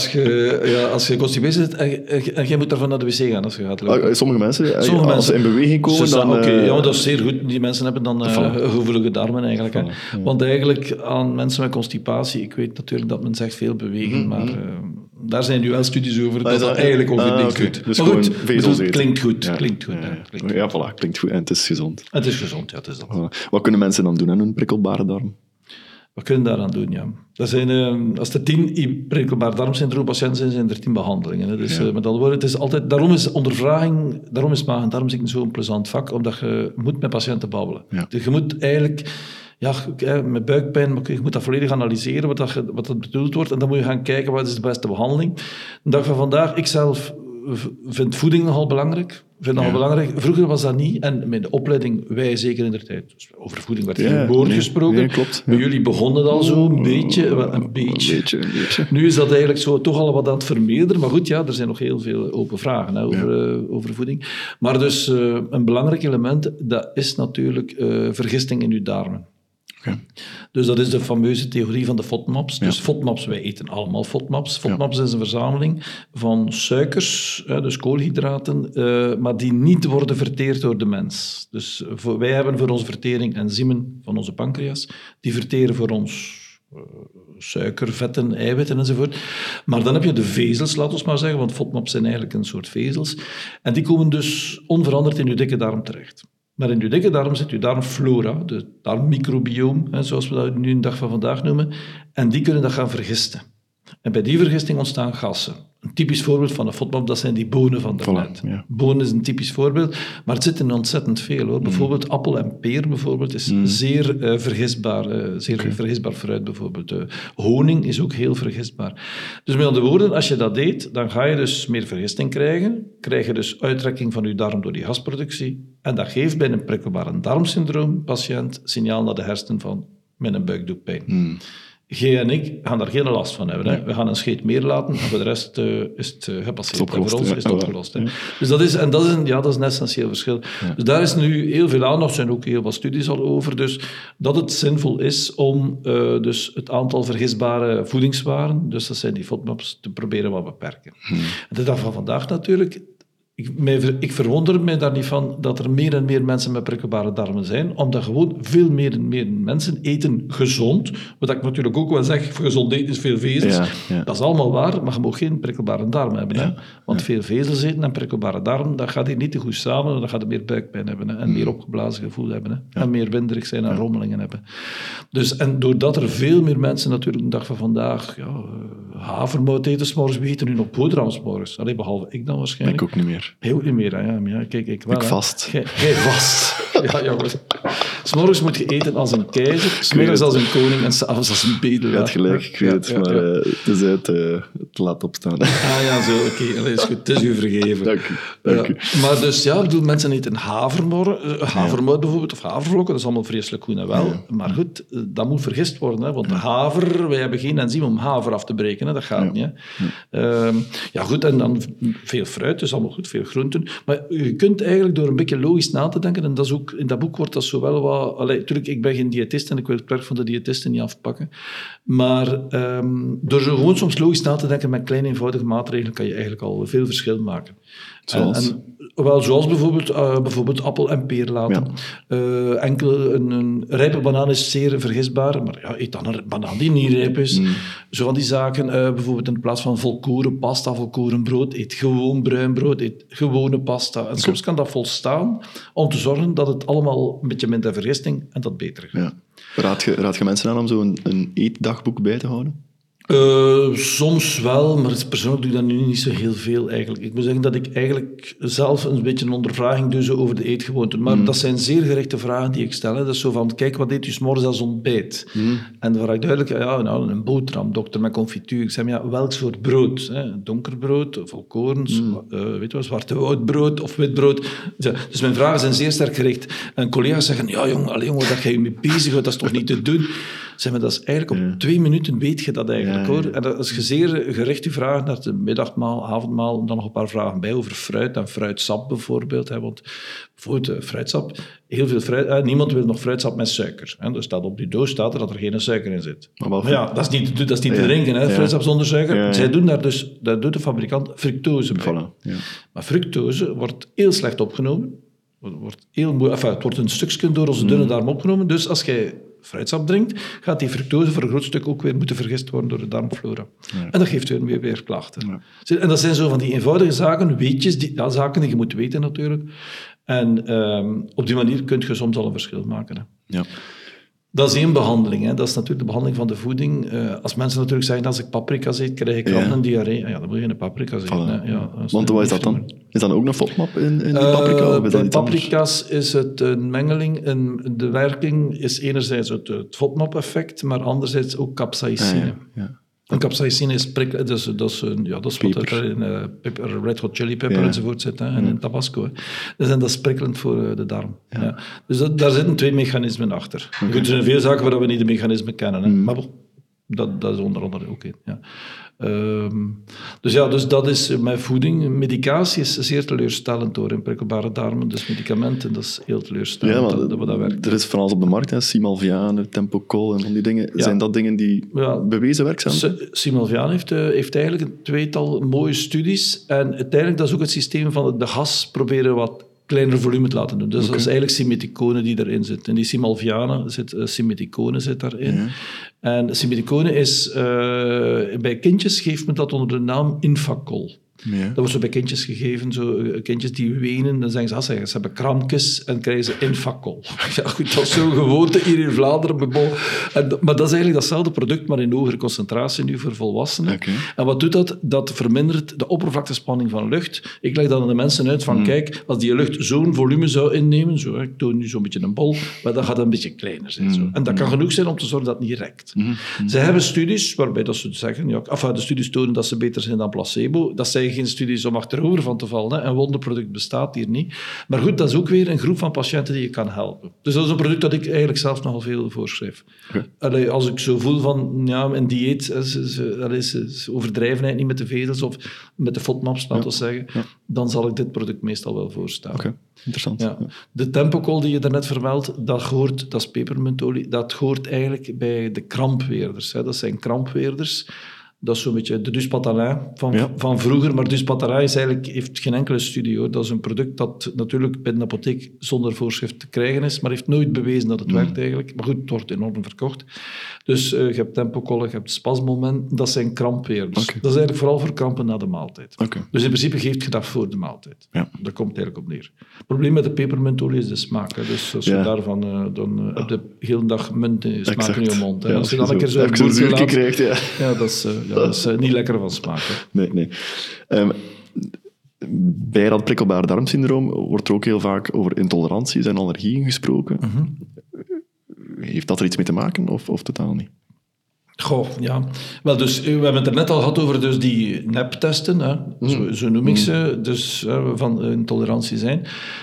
je geconstipeerd bent en jij moet daarvan naar de wc gaan als je gaat lopen. Sommige mensen, als ze in beweging komen, dan... Oké, dat is zeer goed. Die mensen hebben dan gevoelige darmen eigenlijk. Hè. Ja. Want eigenlijk aan mensen met constipatie, ik weet natuurlijk dat men zegt veel bewegen, maar... daar zijn nu wel studies over dat eigenlijk ongeveer niks doet. Dus maar goed, het klinkt goed. Ja. Klinkt goed. Ja, voilà, klinkt goed en het is gezond. Het is gezond, ja, het is dat. Wat kunnen mensen dan doen aan hun prikkelbare darm? Wat kunnen daaraan doen, ja. Dat zijn, als er 10 prikkelbaar darmsyndroompatiënten zijn er 10 behandelingen. Hè. Dus met andere woorden, het is altijd... Daarom is ondervraging, daarom is maag- en darmziekte zo'n plezant vak, omdat je moet met patiënten babbelen. Ja. Dus je moet eigenlijk... Ja, met buikpijn, maar je moet dat volledig analyseren, wat dat bedoeld wordt. En dan moet je gaan kijken, wat is de beste behandeling. De dag van vandaag, ik zelf vind voeding nogal belangrijk. Ik vind dat wel belangrijk. Vroeger was dat niet. En met de opleiding, wij zeker in de tijd. Dus over voeding werd geen woord gesproken. Nee, klopt. Bij jullie begonnen het al zo een beetje. Een beetje. Nu is dat eigenlijk zo toch al wat aan het vermeerderen. Maar goed, ja, er zijn nog heel veel open vragen over voeding. Maar dus een belangrijk element, dat is natuurlijk vergisting in uw darmen. Okay. Dus dat is de fameuze theorie van de FODMAPs. Dus FODMAPs, wij eten allemaal FODMAPs. FODMAPs is een verzameling van suikers, dus koolhydraten, maar die niet worden verteerd door de mens. Dus wij hebben voor onze vertering enzymen van onze pancreas, die verteren voor ons suiker, vetten, eiwitten enzovoort. Maar dan heb je de vezels, laten we maar zeggen, want FODMAPs zijn eigenlijk een soort vezels. En die komen dus onveranderd in uw dikke darm terecht. Maar in uw dikke darm zit uw darmflora, de darmmicrobioom, zoals we dat nu een dag van vandaag noemen, en die kunnen dat gaan vergisten. En bij die vergisting ontstaan gassen. Een typisch voorbeeld van een FODMAP, dat zijn die bonen van daarnet. Ja. Bonen is een typisch voorbeeld, maar het zit in ontzettend veel, hoor. Bijvoorbeeld appel en peer bijvoorbeeld is zeer vergistbaar. Vergistbaar fruit bijvoorbeeld. Honing is ook heel vergistbaar. Dus met andere woorden, als je dat eet, dan ga je dus meer vergisting krijgen. Krijg je dus uittrekking van je darm door die gasproductie. En dat geeft bij een prikkelbare darmsyndroom patiënt signaal naar de hersenen van met een buikdoekpijn. Jij en ik gaan daar geen last van hebben. Hè. We gaan een scheet meer laten en voor de rest is het gepasseerd. En voor ons is het opgelost. Hè. Dus dat is een essentieel verschil. Ja. Dus daar is nu heel veel aandacht, er zijn ook heel wat studies al over, dus dat het zinvol is om dus het aantal vergistbare voedingswaren, dus dat zijn die FODMAPs, te proberen wat beperken. De dag van vandaag natuurlijk. Ik verwonder mij daar niet van dat er meer en meer mensen met prikkelbare darmen zijn, omdat gewoon veel meer en meer mensen eten gezond. Wat ik natuurlijk ook wel zeg, gezond eten is veel vezels. Ja. Dat is allemaal waar, maar je mag geen prikkelbare darmen hebben. Hè? Want veel vezels eten en prikkelbare darmen, dat gaat hier niet te goed samen, dan gaat je meer buikpijn hebben, hè? En meer opgeblazen gevoel hebben. Hè? En meer winderig zijn en rommelingen hebben. Dus, en doordat er veel meer mensen natuurlijk de dag van vandaag havermout eten 's morgens, we eten nu nog boterham 's morgens. Allee, behalve ik dan waarschijnlijk. Ik ook niet meer. Heel niet meer, hè. Ja, kijk, ik wel. Ik vast. Jij vast. Ja. 's morgens moet je eten als een keizer, 's middags als een koning en 's avonds als een bedelaar. Je hebt gelijk, ik weet het, maar het is uit het laat opstaan. Ah ja, zo, oké. Is goed, het is u vergeven. Dank u. Maar dus ja, mensen eten havermout bijvoorbeeld, of havervlokken, dat is allemaal vreselijk goed en wel. Maar goed, dat moet vergist worden, hè, want haver, wij hebben geen enzym om haver af te breken, hè, dat gaat niet. Hè. Goed, en dan veel fruit, dus allemaal goed, veel groenten. Maar je kunt eigenlijk door een beetje logisch na te denken, en dat is ook, in dat boek wordt dat zo wel wat... Natuurlijk, ik ben geen diëtist en ik wil het werk van de diëtisten niet afpakken. Maar door zo gewoon soms logisch na te denken met kleine eenvoudige maatregelen kan je eigenlijk al veel verschil maken. Zoals bijvoorbeeld appel en peer laten. Enkel een rijpe banaan is zeer vergistbaar, maar eet dan een banaan die niet rijp is. Zo van die zaken. Bijvoorbeeld in plaats van volkoren pasta, volkoren brood, eet gewoon bruin brood, eet gewone pasta. En soms kan dat volstaan om te zorgen dat het allemaal een beetje minder vergisting en dat beter gaat. Ja. Raad je mensen aan om zo een eetdagboek bij te houden? Soms wel, maar persoonlijk doe ik dat nu niet zo heel veel eigenlijk. Ik moet zeggen dat ik eigenlijk zelf een beetje een ondervraging doe zo over de eetgewoonten. Maar dat zijn zeer gerichte vragen die ik stel. Hè. Dat is zo van, kijk, wat eet u 's morgens als ontbijt? En dan vraag ik duidelijk, een boterham, dokter, met confituur. Ik zeg, welk soort brood? Hè? Donkerbrood, volkoren, zwarte woudbrood of witbrood. Dus mijn vragen zijn zeer sterk gericht. En collega's zeggen, jongen, dat ga je mee bezighoudt, dat is toch niet te doen? Zeg maar, dat is eigenlijk op 2 minuten weet je dat eigenlijk, hoor. En als je zeer gericht je vraagt naar het middagmaal, avondmaal, dan nog een paar vragen bij over fruit en fruitsap bijvoorbeeld. Hè, want bijvoorbeeld fruitsap, heel veel fruit, niemand wil nog fruitsap met suiker. Hè. Dus staat op die doos staat dat er geen suiker in zit. Maar ja, dat is niet te drinken, hè, fruitsap zonder suiker. Zij doen daar doet de fabrikant fructose bij. Voilà. Maar fructose wordt heel slecht opgenomen. Het wordt een stukje door onze dunne darm opgenomen. Dus als jij fruitsap drinkt, gaat die fructose voor een groot stuk ook weer moeten vergist worden door de darmflora. Ja. En dat geeft weer klachten. Ja. En dat zijn zo van die eenvoudige zaken, weetjes, zaken die je moet weten natuurlijk. En op die manier kun je soms al een verschil maken. Hè. Ja. Dat is één behandeling. Hè. Dat is natuurlijk de behandeling van de voeding. Als mensen natuurlijk zeggen, als ik paprika's eet, krijg ik kramp en diarree. Ja, dan moet je geen paprika's eten. Hè. Ja, want wat is dat dan? Is dat ook een FODMAP in die paprika? Bij paprika's is het een mengeling. De werking is enerzijds het FODMAP-effect, maar anderzijds ook capsaïcine. En capsaicine is prikkelend, dat is wat er in Red Hot Chili Pepper enzovoort zit, hè, en in Tabasco. Hè. Dus dat is prikkelend voor de darm. Ja. Ja. Dus daar zitten 2 mechanismen achter. Okay. Er zijn veel zaken waar we niet de mechanismen kennen, hè. Maar dat is onder andere ook een. Ja. Dus dat is mijn voeding. Medicatie is zeer teleurstellend hoor, in prikkelbare darmen. Dus medicamenten, dat is heel teleurstellend dat werkt. Er is van alles op de markt, hè. Simalviane, Tempocol en van die dingen. Ja. Zijn dat dingen die bewezen werkzaam zijn? Simalviane heeft eigenlijk een 2-tal mooie studies. En uiteindelijk dat is ook het systeem van de gas proberen wat kleiner volume te laten doen. Dus dat is eigenlijk simeticone die erin zit. En die simalviane simeticone zit daarin. Ja. En simeticone is... bij kindjes geeft men dat onder de naam Infacol. Ja. Dat wordt zo bij kindjes gegeven, kindjes die wenen, dan zeggen ze, ze hebben krampjes en krijgen ze Infacol. Ja goed, dat is zo'n gewoonte hier in Vlaanderen. Maar dat is eigenlijk datzelfde product, maar in hogere concentratie nu voor volwassenen. Okay. En wat doet dat? Dat vermindert de oppervlaktespanning van lucht. Ik leg dat aan de mensen uit van, kijk, als die lucht zo'n volume zou innemen, zo, ik toon nu zo'n beetje een bol, maar dan gaat het een beetje kleiner zijn. Zo. En dat kan genoeg zijn om te zorgen dat het niet rekt. Ze hebben studies waarbij dat ze zeggen, de studies tonen dat ze beter zijn dan placebo. Dat zijn geen studies om achterover van te vallen. Hè. Een wonderproduct bestaat hier niet. Maar goed, dat is ook weer een groep van patiënten die je kan helpen. Dus dat is een product dat ik eigenlijk zelf nogal veel voorschrijf. Okay. Als ik zo voel van, een dieet, ze overdrijven eigenlijk niet met de vezels of met de FODMAPs, laten we zeggen, dan zal ik dit product meestal wel voorstellen. Okay. Interessant. Ja. De Tempocol die je daarnet vermeldt, dat is pepermuntolie, dat hoort eigenlijk bij de krampweerders. Hè. Dat zijn krampweerders. Dat is zo'n beetje de Duspatalin van vroeger. Maar Duspatalin heeft geen enkele studie, hoor. Dat is een product dat natuurlijk bij de apotheek zonder voorschrift te krijgen is, maar heeft nooit bewezen dat het werkt eigenlijk. Maar goed, het wordt enorm verkocht. Dus je hebt Tempocol, je hebt Spasmoment, dat zijn krampweerders. Okay. Dat is eigenlijk vooral voor krampen na de maaltijd. Okay. Dus in principe geeft je dat voor de maaltijd. Ja. Daar komt het eigenlijk op neer. Het probleem met de pepermuntolie is de smaak. Hè. Dus als je daarvan, dan heb je de hele dag smaak in je mond. Hè. Als je dan een keer zo'n boertje laat, krijgt, dat is niet lekker van smaak. Hè. Nee. Bij dat prikkelbare darmsyndroom wordt er ook heel vaak over intoleranties en allergieën gesproken. Heeft dat er iets mee te maken of totaal niet? Goh, ja. Wel, dus, we hebben het er net al gehad over dus die neptesten, hè. Zo noem ik ze, dus van intolerantie zijn.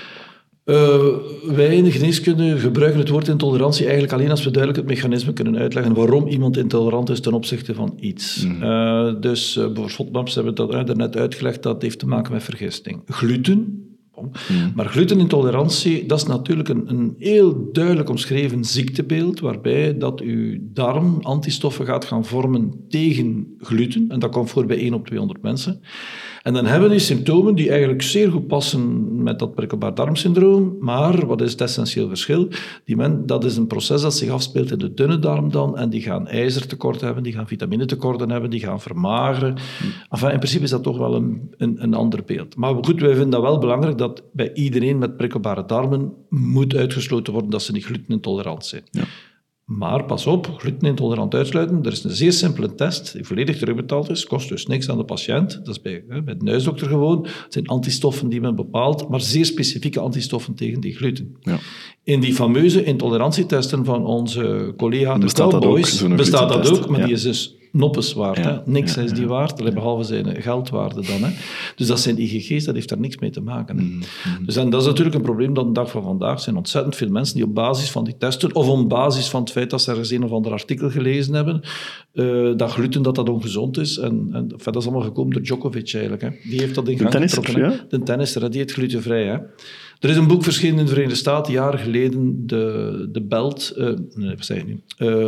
Wij in de geneeskunde gebruiken het woord intolerantie eigenlijk alleen als we duidelijk het mechanisme kunnen uitleggen waarom iemand intolerant is ten opzichte van iets. Dus voor FODMAPs hebben we dat daarnet uitgelegd, dat heeft te maken met vergisting. Gluten. Maar glutenintolerantie, dat is natuurlijk een heel duidelijk omschreven ziektebeeld, waarbij dat uw darm antistoffen gaat gaan vormen tegen gluten. En dat komt voor bij 1 op 200 mensen. En dan hebben we die symptomen die eigenlijk zeer goed passen met dat prikkelbaar darmsyndroom. Maar wat is het essentieel verschil? Dat is een proces dat zich afspeelt in de dunne darm dan. En die gaan ijzertekort hebben, die gaan vitaminetekorten hebben, die gaan vermageren. Enfin, in principe is dat toch wel een ander beeld. Maar goed, wij vinden dat wel belangrijk dat bij iedereen met prikkelbare darmen moet uitgesloten worden dat ze niet glutenintolerant zijn. Ja. Maar pas op, glutenintolerant uitsluiten. Er is een zeer simpele test die volledig terugbetaald is. Kost dus niks aan de patiënt. Dat is bij de huisdokter gewoon. Het zijn antistoffen die men bepaalt, maar zeer specifieke antistoffen tegen die gluten. Ja. In die fameuze intolerantietesten van onze collega de Cowboys bestaat dat ook, maar die is dus noppes waard. Ja. Niks is die waard, behalve zijn geldwaarde dan. Hè. Dus dat zijn IgG's, dat heeft daar niks mee te maken. Dus en dat is natuurlijk een probleem dat de dag van vandaag zijn ontzettend veel mensen die op basis van die testen, of op basis van het feit dat ze ergens een of ander artikel gelezen hebben, dat gluten dat ongezond is. En dat is allemaal gekomen door Djokovic eigenlijk. Hè. Die heeft dat in gang getrokken. De tennisser, die heet glutenvrij. Hè. Er is een boek verschenen in de Verenigde Staten, jaren geleden, de Belt... wat zeg je nu?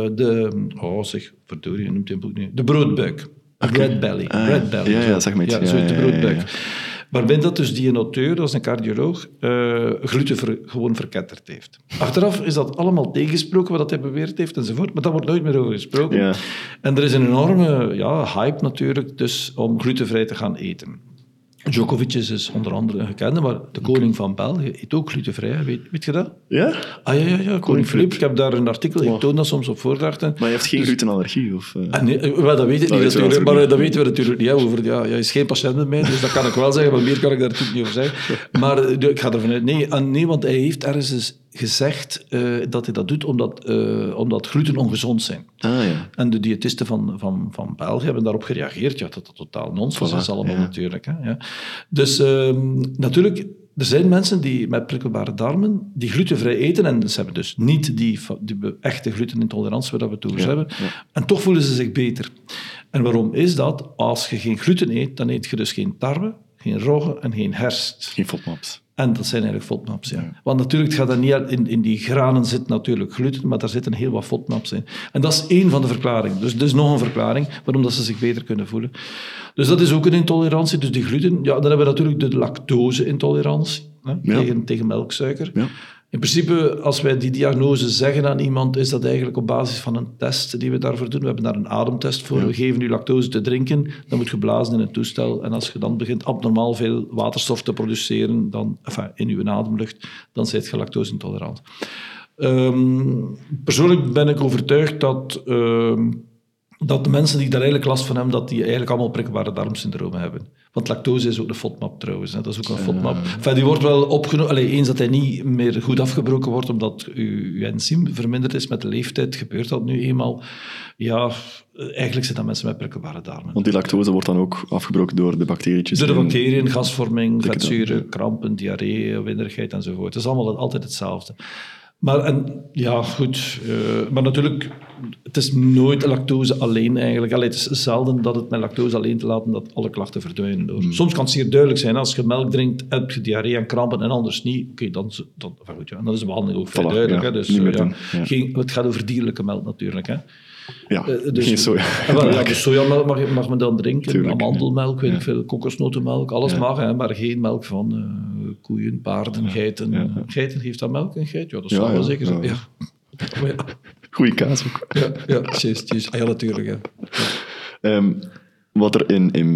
Verdorie, noemt hij een boek nu? De broodbuik. Okay. Red Belly. Red Belly. Ja, zeg maar iets. Ja, zoiets, de broodbuik. Ja. Waarbij dat dus die auteur, dat is een cardioloog, gluten gewoon verketterd heeft. Achteraf is dat allemaal tegensproken, wat hij beweerd heeft enzovoort, maar daar wordt nooit meer over gesproken. Ja. En er is een enorme hype natuurlijk dus om glutenvrij te gaan eten. Djokovic is dus onder andere een gekende, maar de koning van België eet ook glutenvrij. Weet je dat? Ja? Ja, koning Filip. Ik heb daar een artikel, ik toon dat soms op voordrachten. Maar je hebt geen glutenallergie? Of, nee, dat weet ik niet natuurlijk, maar dat weten we natuurlijk niet. Hij is geen patiënt met mij, dus dat kan ik wel zeggen, maar meer kan ik daar natuurlijk niet over zeggen. Maar ik ga ervan uit. Nee, want hij heeft ergens gezegd dat hij dat doet omdat gluten ongezond zijn. Ja. En de diëtisten van België hebben daarop gereageerd. Ja, dat totaal nonsens is allemaal natuurlijk. Hè, ja. Dus natuurlijk, er zijn mensen die met prikkelbare darmen die glutenvrij eten en ze hebben dus niet die echte glutenintolerantie waar we het over hebben. Ja. En toch voelen ze zich beter. En waarom is dat? Als je geen gluten eet, dan eet je dus geen tarwe, geen rogge en geen herst. Geen FODMAPs. En dat zijn eigenlijk FODMAPs, ja. Want natuurlijk, het gaat er niet in die granen zit natuurlijk gluten, maar daar zitten heel wat FODMAPs in. En dat is één van de verklaringen. Dus dat is nog een verklaring waarom dat ze zich beter kunnen voelen. Dus dat is ook een intolerantie. Dus die gluten, ja, dan hebben we natuurlijk de lactose-intolerantie tegen melksuiker. Ja. In principe, als wij die diagnose zeggen aan iemand, is dat eigenlijk op basis van een test die we daarvoor doen. We hebben daar een ademtest voor. Ja. We geven u lactose te drinken, dan moet je blazen in een toestel. En als je dan begint abnormaal veel waterstof te produceren in uw ademlucht, dan zijt je lactose-intolerant. Persoonlijk ben ik overtuigd dat de mensen die daar eigenlijk last van hebben, dat die eigenlijk allemaal prikkelbare darmsyndromen hebben. Want lactose is ook een FODMAP trouwens. Hè. Dat is ook een FODMAP. Die wordt wel opgenomen. Eens dat hij niet meer goed afgebroken wordt, omdat uw enzym verminderd is met de leeftijd, gebeurt dat nu eenmaal. Ja, eigenlijk zijn dat mensen met prikkelbare darmen. Want die lactose wordt dan ook afgebroken door de bacterietjes? Door de bacteriën, gasvorming, vetzuren, krampen, diarree, winderigheid enzovoort. Het is allemaal altijd hetzelfde. Maar natuurlijk, het is nooit lactose alleen eigenlijk. Het is zelden dat het met lactose alleen te laten dat alle klachten verdwijnen. Hoor. Soms kan het zeer duidelijk zijn. Als je melk drinkt, heb je diarree en krampen en anders niet. Oké, dan is de behandeling ook vrij duidelijk. Ja, hè. Dus, het gaat over dierlijke melk natuurlijk. Hè. Ja, dus, geen soja. Dus sojamelk mag men dan drinken. Tuurlijk, amandelmelk, weet ik veel, kokosnotenmelk, alles mag. Hè, maar geen melk van koeien, paarden, geiten. Ja. Geiten, geeft dat melk, een geit? Ja, dat zou wel zeker zijn. Ja. Goeie kaas ook. Ja, juist. Ja, natuurlijk. Ja. Wat er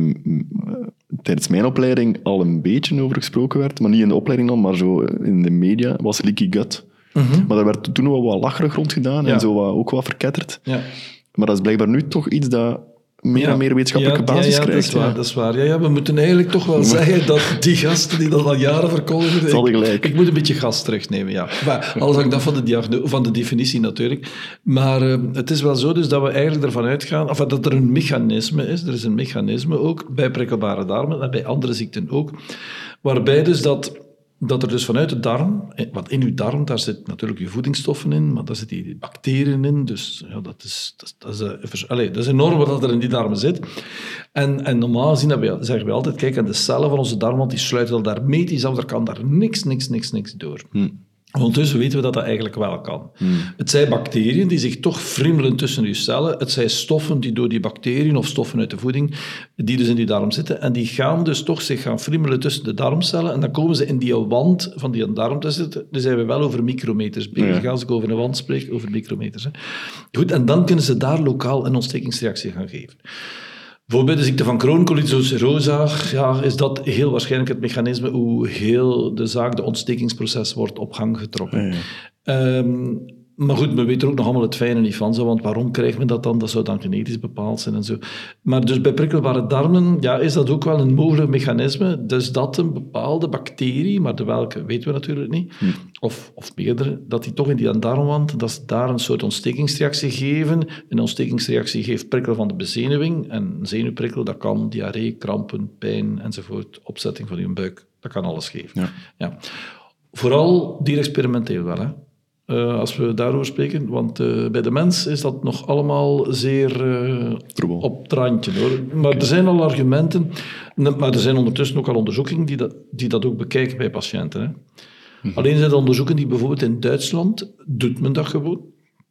tijdens mijn opleiding al een beetje over gesproken werd, maar niet in de opleiding dan, maar zo in de media, was leaky gut. Mm-hmm. Maar daar werd toen wel wat lacherig rond gedaan en zo ook wat verketterd. Ja. Maar dat is blijkbaar nu toch iets dat meer en meer wetenschappelijke basis krijgt. Dat is waar. Ja, we moeten eigenlijk toch wel zeggen dat die gasten die dat al jaren verkondigen... Ik moet een beetje gas terugnemen, ja. Maar, alles hangt af van de definitie natuurlijk. Maar het is wel zo dus dat we eigenlijk ervan uitgaan... dat er een mechanisme is. Er is een mechanisme ook bij prikkelbare darmen en bij andere ziekten ook. Waarbij dus dat er dus vanuit de darm, want in uw darm, daar zitten natuurlijk je voedingsstoffen in, maar daar zitten die bacteriën in, dus ja, dat is enorm wat er in die darmen zit. En normaal gezien zeggen we altijd, kijk, aan de cellen van onze darm, want die sluiten al daar hermetisch af, daar kan daar niks door. Ondertussen weten we dat dat eigenlijk wel kan. Het zijn bacteriën die zich toch friemelen tussen je cellen. Het zijn stoffen die door die bacteriën of stoffen uit de voeding, die dus in die darm zitten. En die gaan dus toch zich gaan friemelen tussen de darmcellen. En dan komen ze in die wand van die darm te zitten. Dan zijn we wel over micrometers bezig. Als ik over een wand spreek, over micrometers. Hè. Goed, en dan kunnen ze daar lokaal een ontstekingsreactie gaan geven. Bijvoorbeeld bij de ziekte van Crohn, colitis ulcerosa, is dat heel waarschijnlijk het mechanisme hoe heel de ontstekingsproces wordt op gang getrokken. Ja. Maar goed, we weten er ook nog allemaal het fijne niet van, want waarom krijgt men dat dan? Dat zou dan genetisch bepaald zijn en zo. Maar dus bij prikkelbare darmen is dat ook wel een mogelijk mechanisme. Dus dat een bepaalde bacterie, maar de welke weten we natuurlijk niet, of meerdere, dat die toch in die darmwand, dat ze daar een soort ontstekingsreactie geven. Een ontstekingsreactie geeft prikkel van de bezenuwing. En een zenuwprikkel, dat kan diarree, krampen, pijn enzovoort, opzetting van je buik. Dat kan alles geven. Ja. Vooral dierexperimenteel wel, hè. Als we daarover spreken, want bij de mens is dat nog allemaal zeer op het randje. Hoor. Maar er zijn al argumenten, maar er zijn ondertussen ook al onderzoeken die dat ook bekijken bij patiënten. Hè. Alleen zijn er onderzoeken die bijvoorbeeld in Duitsland, doet men dat gewoon.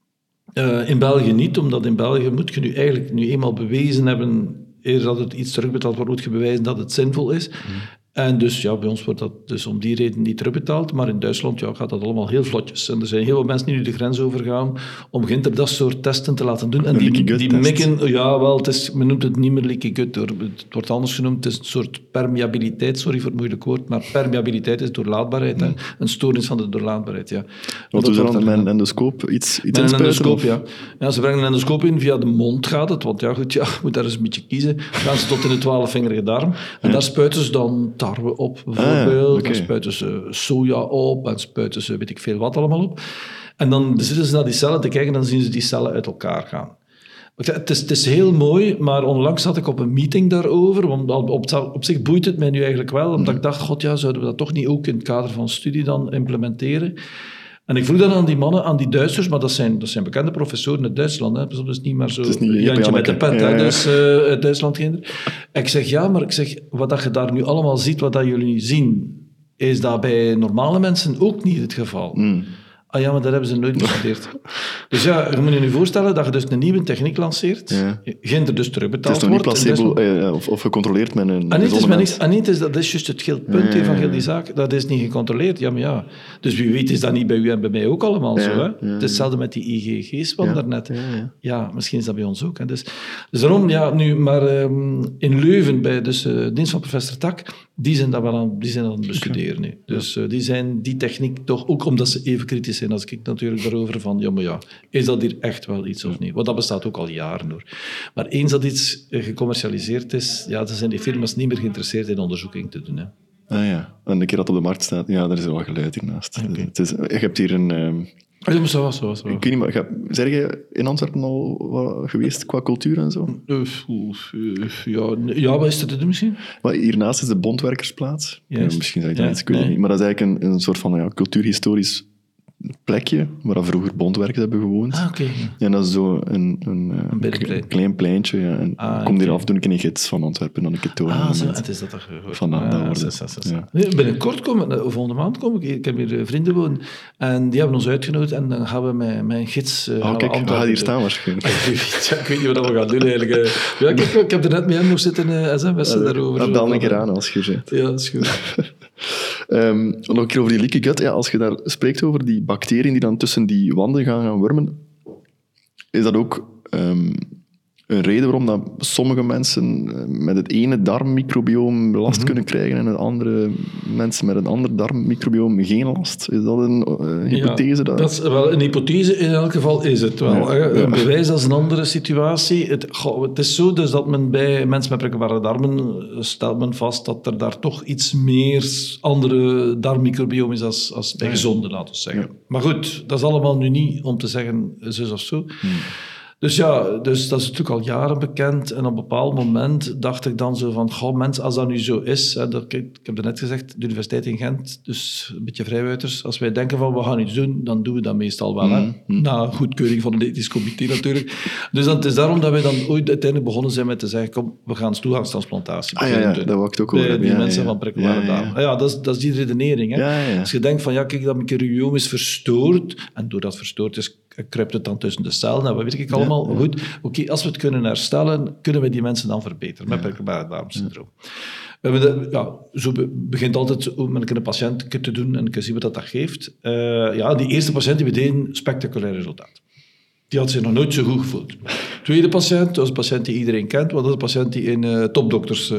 In België niet, omdat in België moet je nu eigenlijk eenmaal bewezen hebben, eerder dat het iets terugbetaald wordt, moet je bewijzen dat het zinvol is. En dus bij ons wordt dat dus om die reden niet terugbetaald, maar in Duitsland gaat dat allemaal heel vlotjes. En er zijn heel veel mensen die nu de grens overgaan om Ginter dat soort testen te laten doen. En die mikken, men noemt het niet meer leaky gut, hoor. Het wordt anders genoemd, het is een soort permeabiliteit, sorry voor het moeilijk woord, maar permeabiliteit is doorlaatbaarheid, hè. Een stoornis van de doorlaatbaarheid, ja. Wat doen ze dan met een endoscoop iets met een endoscoop, ja. Ze brengen een endoscoop in, via de mond gaat het, want je moet daar eens een beetje kiezen. Dan gaan ze tot in de 12-vingerige darm en daar spuiten ze dan te tarwe op, bijvoorbeeld. oké. Dan spuiten ze soja op en spuiten ze weet ik veel wat allemaal op. En dan zitten ze naar die cellen te kijken en dan zien ze die cellen uit elkaar gaan. Het is heel mooi, maar onlangs zat ik op een meeting daarover. Want op zich boeit het mij nu eigenlijk wel, omdat ik dacht, god ja, zouden we dat toch niet ook in het kader van studie dan implementeren? En ik vroeg dan aan die mannen, aan die Duitsers, maar dat zijn bekende professoren uit Duitsland, hè, dus niet maar zo Jantje met de pet, hè, dus uit Duitsland kinderen. Ik zeg, ja, maar ik zeg, wat dat je daar nu allemaal ziet, wat dat jullie nu zien, is dat bij normale mensen ook niet het geval. Ah ja, maar dat hebben ze nooit bestudeerd. Dus ja, je moet je nu voorstellen dat je dus een nieuwe techniek lanceert, geen er dus terugbetaald wordt. Het is nog niet placebo of gecontroleerd met een gezonde mens. Dat is juist het heel punt hier van heel die zaak. Dat is niet gecontroleerd. Ja, maar ja. Dus wie weet is dat niet bij u en bij mij ook allemaal zo. Hè? Het is hetzelfde met die IgG's van daarnet. Ja, misschien is dat bij ons ook. Hè. Dus daarom, ja, nu, maar in Leuven, bij de dienst van professor Tak, die zijn dat wel aan het bestuderen. Nu. Dus die zijn die techniek toch, ook omdat ze even kritisch zijn als ik natuurlijk daarover, van ja, maar ja, is dat hier echt wel iets of niet? Want dat bestaat ook al jaren hoor. Maar eens dat iets gecommercialiseerd is, ja, dan zijn die firma's niet meer geïnteresseerd in onderzoeking te doen. Hè. Ah ja, en de keer dat het op de markt staat, ja, daar is wel geluid hiernaast. Okay. Je hebt hier een... Zo. Ik weet niet, maar zeg je in Antwerpen al geweest qua cultuur en zo? Ja, wat is er te doen misschien? Maar hiernaast is de Bondwerkersplaats. Ja, misschien zeg ik dat iets, ik weet het niet. Maar dat is eigenlijk een soort van cultuurhistorisch plekje waar vroeger bondwerkers hebben gewoond. Ah, oké. En dat is zo een klein pleintje. Ja. En ik kom hier af en toe een gids van Antwerpen dan een keer tonen. Zo, het is dat toch gehoord. Van Binnenkort volgende maand kom ik. Ik heb hier vrienden wonen. En die hebben ons uitgenodigd en dan gaan we met mijn gids... kijk, we gaan hier staan waarschijnlijk. Ik weet niet wat we gaan doen eigenlijk. Ja, ik heb er net mee aan nog zitten sms'en daarover. Bel een keer aan als je zit. Ja, dat is goed. Nog een keer over die leaky gut. Ja, als je daar spreekt over die bacteriën die dan tussen die wanden gaan wurmen, is dat ook een reden waarom dat sommige mensen met het ene darmmicrobioom last kunnen krijgen en andere mensen met een ander darmmicrobioom geen last? Is dat een hypothese? Ja, dat is wel een hypothese. In elk geval is het wel. Een bewijs, dat is een andere situatie. Het is zo dus dat men bij mensen met prikkelbare darmen stelt men vast dat er daar toch iets meer andere darmmicrobioom is als bij gezonde, laten we zeggen. Ja. Maar goed, dat is allemaal nu niet om te zeggen zus of zo. Dus ja, dus dat is natuurlijk al jaren bekend. En op een bepaald moment dacht ik dan zo van, mensen, als dat nu zo is... Hè, ik heb het net gezegd, de universiteit in Gent, dus een beetje vrijbuiters. Als wij denken van, we gaan iets doen, dan doen we dat meestal wel. Hè? Na goedkeuring van het ethisch comité natuurlijk. Dus het is daarom dat wij dan ooit uiteindelijk begonnen zijn met te zeggen, kom, we gaan toegangstransplantatie beginnen doen. Dat wou ik ook horen. Bij die mensen van prikkelbare darmen. Ja, dat is die redenering. Hè? Ja. Als je denkt van, kijk, dat microbiome is verstoord, en doordat het verstoord is, kruipt het dan tussen de cellen. Nou, wat weet ik allemaal. Ja. Goed, oké, als we het kunnen herstellen, kunnen we die mensen dan verbeteren met prikkelbare darmsyndroom. Zo begint altijd met een patiënt te doen en ik zie wat dat geeft. Die eerste patiënt die we deden, spectaculair resultaat. Die had zich nog nooit zo goed gevoeld. Tweede patiënt, dat is een patiënt die iedereen kent, want dat is een patiënt die in Topdokters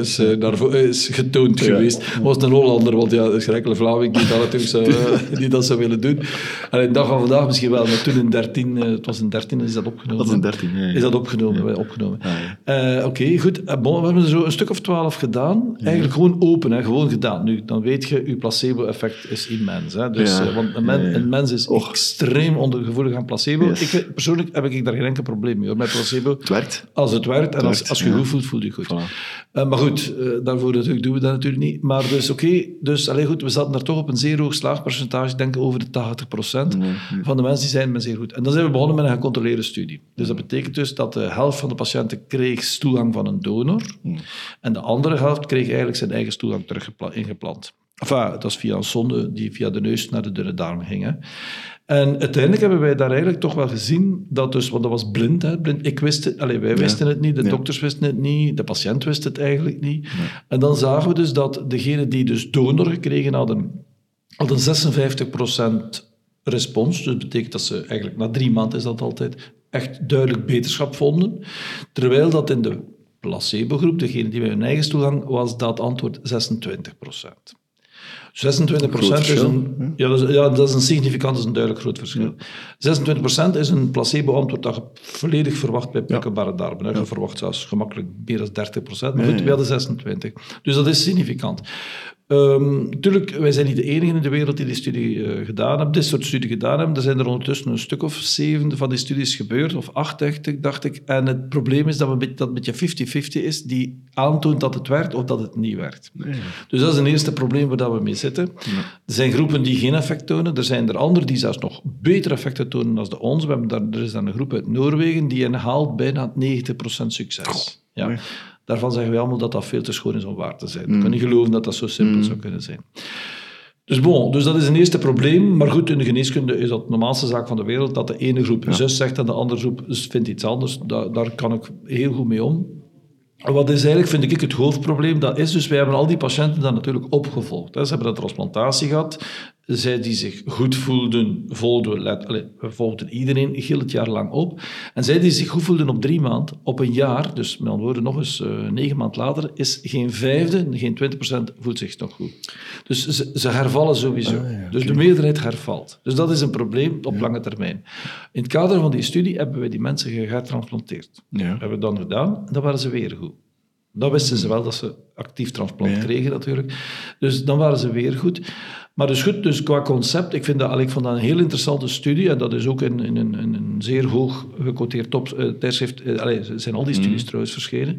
is getoond geweest. Dat was een Hollander, want dat is geen Vlaming die dat zou willen doen. En in dag van vandaag misschien wel, maar toen in 13, het was in 13 is dat opgenomen. Dat is in 13, Is dat opgenomen. Oké, goed. We hebben er zo een stuk of 12 gedaan. Eigenlijk gewoon open, gewoon gedaan. Nu, dan weet je, je placebo-effect is immens. Hè. Dus, want een mens is extreem ondergevoelig aan placebo. Yes. Persoonlijk heb ik daar geen enkel probleem mee hoor, met placebo. Het werkt. Als het werkt en als je goed voelt, voel je goed. Voilà. Maar goed, daarvoor doen we dat natuurlijk niet. Maar dus goed, we zaten daar toch op een zeer hoog slaagpercentage, ik denk over de 80% van de mensen die zijn met zeer goed. En dan zijn we begonnen met een gecontroleerde studie. Dus dat betekent dus dat de helft van de patiënten kreeg stoelgang van een donor en de andere helft kreeg eigenlijk zijn eigen stoelgang terug ingeplant. Enfin, dat is via een sonde die via de neus naar de dunne darm ging. Hè. En uiteindelijk hebben wij daar eigenlijk toch wel gezien dat dus, want dat was blind, hè, blind. Ik wist het, wij wisten het niet, de dokters wisten het niet, de patiënt wist het eigenlijk niet. Nee. En dan zagen we dus dat degenen die dus donor gekregen hadden 56% respons. Dus dat betekent dat ze eigenlijk na 3 maanden is dat altijd echt duidelijk beterschap vonden. Terwijl dat in de placebo-groep, degene die bij hun eigen toegang, was dat antwoord 26%. 26% is een... dat is een significant, dat is een duidelijk groot verschil. 26% is een placebo-antwoord dat je volledig verwacht bij prikkelbare darmen. Je verwacht zelfs gemakkelijk meer dan 30%, maar goed, we hadden 26%. Dus dat is significant. Natuurlijk, wij zijn niet de enigen in de wereld die die studie gedaan hebben, dit soort studie gedaan hebben. Er zijn er ondertussen een stuk of 7 van die studies gebeurd, of 8, dacht ik. En het probleem is dat het een beetje 50-50 is, die aantoont dat het werkt of dat het niet werkt. Nee. Dus dat is een eerste probleem waar we mee zitten. Ja. Er zijn groepen die geen effect tonen, er zijn er anderen die zelfs nog beter effecten tonen dan de ons. Er is dan een groep uit Noorwegen die haalt bijna 90% succes. Ja. Nee. Daarvan zeggen we allemaal dat dat veel te schoon is om waar te zijn. Ik kan niet geloven dat dat zo simpel zou kunnen zijn. Dus dat is een eerste probleem. Maar goed, in de geneeskunde is dat de normaalste zaak van de wereld, dat de ene groep zus zegt en de andere groep vindt iets anders. Daar kan ik heel goed mee om. Wat is eigenlijk, vind ik, het hoofdprobleem? Dat is dus, wij hebben al die patiënten dan natuurlijk opgevolgd. Ze hebben een transplantatie gehad. Zij die zich goed voelden, we volgden iedereen heel het jaar lang op. En zij die zich goed voelden op 3 maanden, op een jaar, dus met andere woorden nog eens 9 maanden later, is geen 5e, geen 20% voelt zich nog goed. Dus ze hervallen sowieso. Dus de meerderheid hervalt. Dus dat is een probleem op lange termijn. In het kader van die studie hebben wij die mensen gehertransplanteerd. Ja. Dat hebben we dan gedaan en dan waren ze weer goed. Dat wisten ze wel, dat ze actief transplant kregen natuurlijk. Dus dan waren ze weer goed. Maar dus goed, dus qua concept, ik vond dat een heel interessante studie en dat is ook in een zeer hoog gecoteerd tijdschrift. Zijn al die studies trouwens verschenen.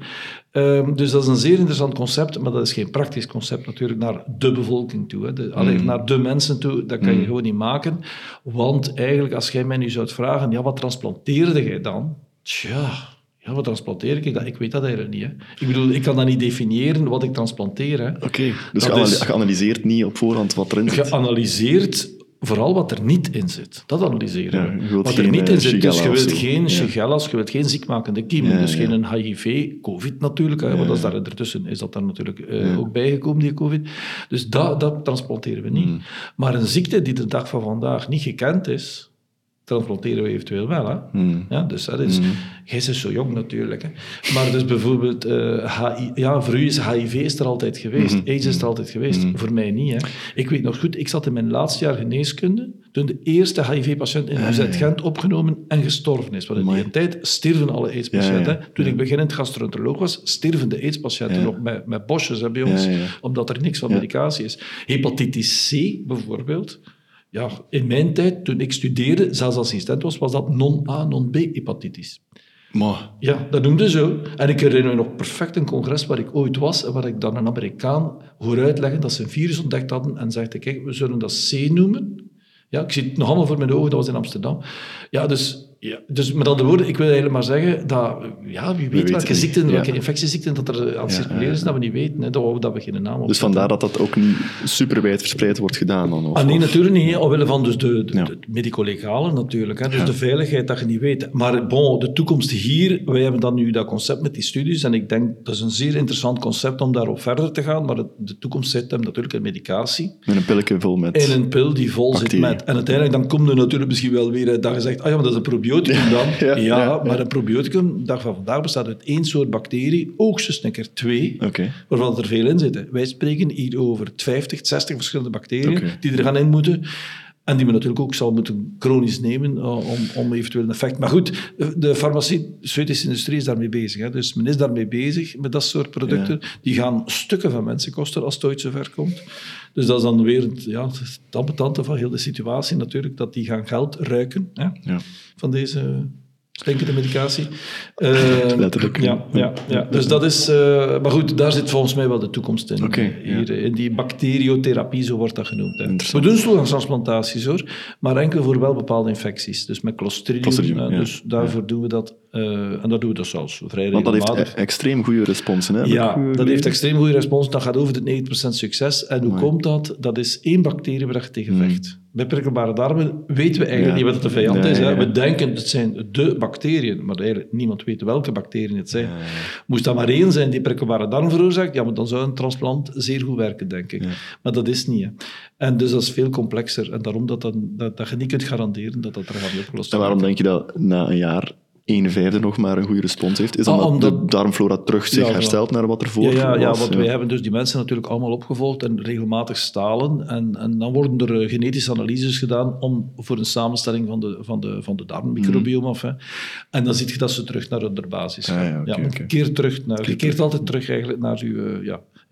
Dus dat is een zeer interessant concept, maar dat is geen praktisch concept natuurlijk naar de bevolking toe. Hè. Naar de mensen toe, dat kan je gewoon niet maken. Want eigenlijk, als jij mij nu zou vragen, wat transplanteerde jij dan? Tja... Ja, wat transplanteer ik? Ik weet dat eigenlijk niet. Hè. Ik bedoel, ik kan dat niet definiëren wat ik transplanteer. Oké, dus je analyseert niet op voorhand wat erin zit? Je analyseert vooral wat er niet in zit. Dat analyseren we. Wat er niet in zit. Dus je wilt geen Shigellas, je wilt geen ziekmakende kiemen. Dus geen HIV, COVID natuurlijk. Want dat is daar ertussen is dat dan natuurlijk ook bijgekomen, die COVID. Dus dat transporteren we niet. Maar een ziekte die de dag van vandaag niet gekend is, transplanteren we eventueel wel. Hè? Ja, dus dat is... Jij is zo jong natuurlijk. Hè? Maar dus bijvoorbeeld... voor u is HIV is er altijd geweest. AIDS is er altijd geweest. Voor mij niet. Hè? Ik weet nog goed, ik zat in mijn laatste jaar geneeskunde toen de eerste HIV-patiënt in UZ Gent opgenomen en gestorven is. Want in die tijd stierven alle AIDS-patiënten. Toen ik beginnend gastroenteroloog was, stierven de AIDS-patiënten nog met bosjes bij ons, omdat er niks van medicatie is. Hepatitis C bijvoorbeeld... Ja, in mijn tijd, toen ik studeerde, zelfs als assistent was dat non-A, non-B-hepatitis. Maar... Ja, dat noemde zo. En ik herinner me nog perfect een congres waar ik ooit was en waar ik dan een Amerikaan hoor uitleggen dat ze een virus ontdekt hadden en zegt, kijk, we zullen dat C noemen. Ja, ik zie het nog allemaal voor mijn ogen, dat was in Amsterdam. Ja, dus met andere woorden, ik wil eigenlijk maar zeggen dat, wie weet welke ziekten, welke infectieziekten dat er aan het circuleren is, dat we niet weten, hè, dat we geen naam op. Dus vandaar dat dat ook niet superwijd verspreid wordt gedaan dan? Nee, natuurlijk niet, omwille van dus de medico-legale natuurlijk, hè, dus de veiligheid dat je niet weet. Maar bon, de toekomst hier, wij hebben dan nu dat concept met die studies en ik denk, dat is een zeer interessant concept om daarop verder te gaan, maar de toekomst zit hem natuurlijk in medicatie. Met een pilletje vol met in een pil die vol zit met... En uiteindelijk dan komt er natuurlijk misschien wel weer dat je zegt, maar dat is een probioticum dan. Maar een probioticum, de dag van vandaag, bestaat uit 1 soort bacterie, hoogstens een keer 2, waarvan er veel in zitten. Wij spreken hier over 50, 60 verschillende bacteriën die er gaan in moeten. En die men natuurlijk ook zal moeten chronisch nemen om eventueel een effect. Maar goed, de farmaceutische industrie is daarmee bezig. Hè. Dus men is daarmee bezig met dat soort producten. Ja. Die gaan stukken van mensen kosten als het ooit zover komt. Dus dat is dan weer het ambetante van heel de situatie natuurlijk, dat die gaan geld ruiken van deze stinkende medicatie. Letterlijk. Ja. Dus dat is... maar goed, daar zit volgens mij wel de toekomst in. Hier, in die bacteriotherapie, zo wordt dat genoemd. Hè. We doen stoelgangstransplantaties hoor, maar enkel voor wel bepaalde infecties. Dus met Clostridium. Dus daarvoor doen we dat. En dat doen we dus zelfs vrij regelmatig. Want dat heeft extreem goede responsen. Hè? Dat heeft extreem goede respons. Dat gaat over de 90% succes. En hoe komt dat? Dat is 1 bacterie waar je tegen vecht. Bij prikkelbare darmen weten we eigenlijk niet wat de vijand is. Hè. We denken, het zijn de bacteriën, maar eigenlijk niemand weet welke bacteriën het zijn. Moest dat maar 1 zijn die prikkelbare darm veroorzaakt, maar dan zou een transplant zeer goed werken, denk ik. Maar dat is niet. Hè. En dus dat is veel complexer. En daarom dat je niet kunt garanderen dat er gaat opgelost worden. En waarom denk je dat na een jaar 1/5 nog maar een goede respons heeft? Is dat omdat de darmflora terug zich herstelt naar wat ervoor was? Ja, want wij hebben dus die mensen natuurlijk allemaal opgevolgd en regelmatig stalen. En dan worden er genetische analyses gedaan voor een samenstelling van de darmmicrobiome af. Hè. En dan zie je dat ze terug naar hun basis gaan. Je keert altijd terug eigenlijk naar uw...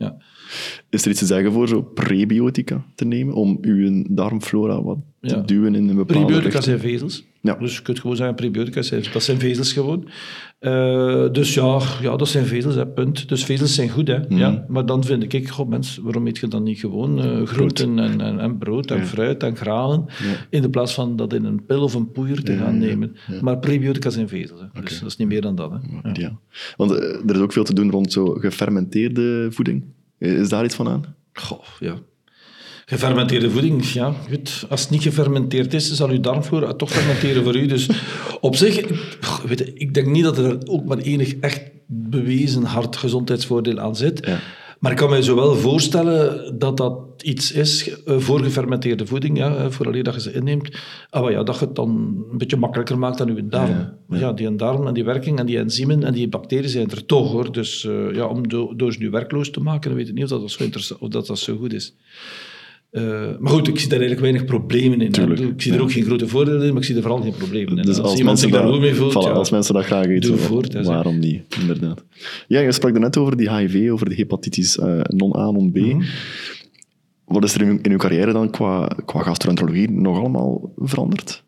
Is er iets te zeggen voor zo prebiotica te nemen, om uw darmflora wat te duwen in een bepaalde Prebiotica richting? zijn vezels. Ja. Dus je kunt gewoon zeggen, prebiotica dat zijn vezels gewoon. Dus dat zijn vezels, hè, punt. Dus vezels zijn goed, hè. Ja. Maar dan vind ik, waarom eet je dan niet gewoon groenten en brood en fruit en granen, in de plaats van dat in een pil of een poeier te gaan nemen. Ja. Maar prebiotica zijn vezels, hè. Dus dat is niet meer dan dat. Hè. Ja. Want er is ook veel te doen rond zo gefermenteerde voeding. Is daar iets van aan? Goh, ja. Gefermenteerde voeding, ja, goed. Als het niet gefermenteerd is, zal uw darmflora toch fermenteren voor u. Dus op zich, ik denk niet dat er ook maar enig echt bewezen hard gezondheidsvoordeel aan zit. Ja. Maar ik kan mij zo wel voorstellen dat dat iets is voor gefermenteerde voeding, vooraleer dat je ze inneemt, dat je het dan een beetje makkelijker maakt aan je darm. Ja, die darm en die werking en die enzymen en die bacteriën zijn er toch, hoor. Dus om door ze nu werkloos te maken, dan weet ik niet of dat zo interessant, of dat zo goed is. Maar goed, ik zie daar eigenlijk weinig problemen in. Tuurlijk, ik zie er ook geen grote voordelen in, maar ik zie er vooral geen problemen in. Dus als iemand zich daar goed mee voelt... als mensen dat graag eten, waarom niet? Inderdaad. Ja, je sprak net over die HIV, over de hepatitis non-A, non-B. Mm-hmm. Wat is er in uw carrière dan qua gastroenterologie nog allemaal veranderd?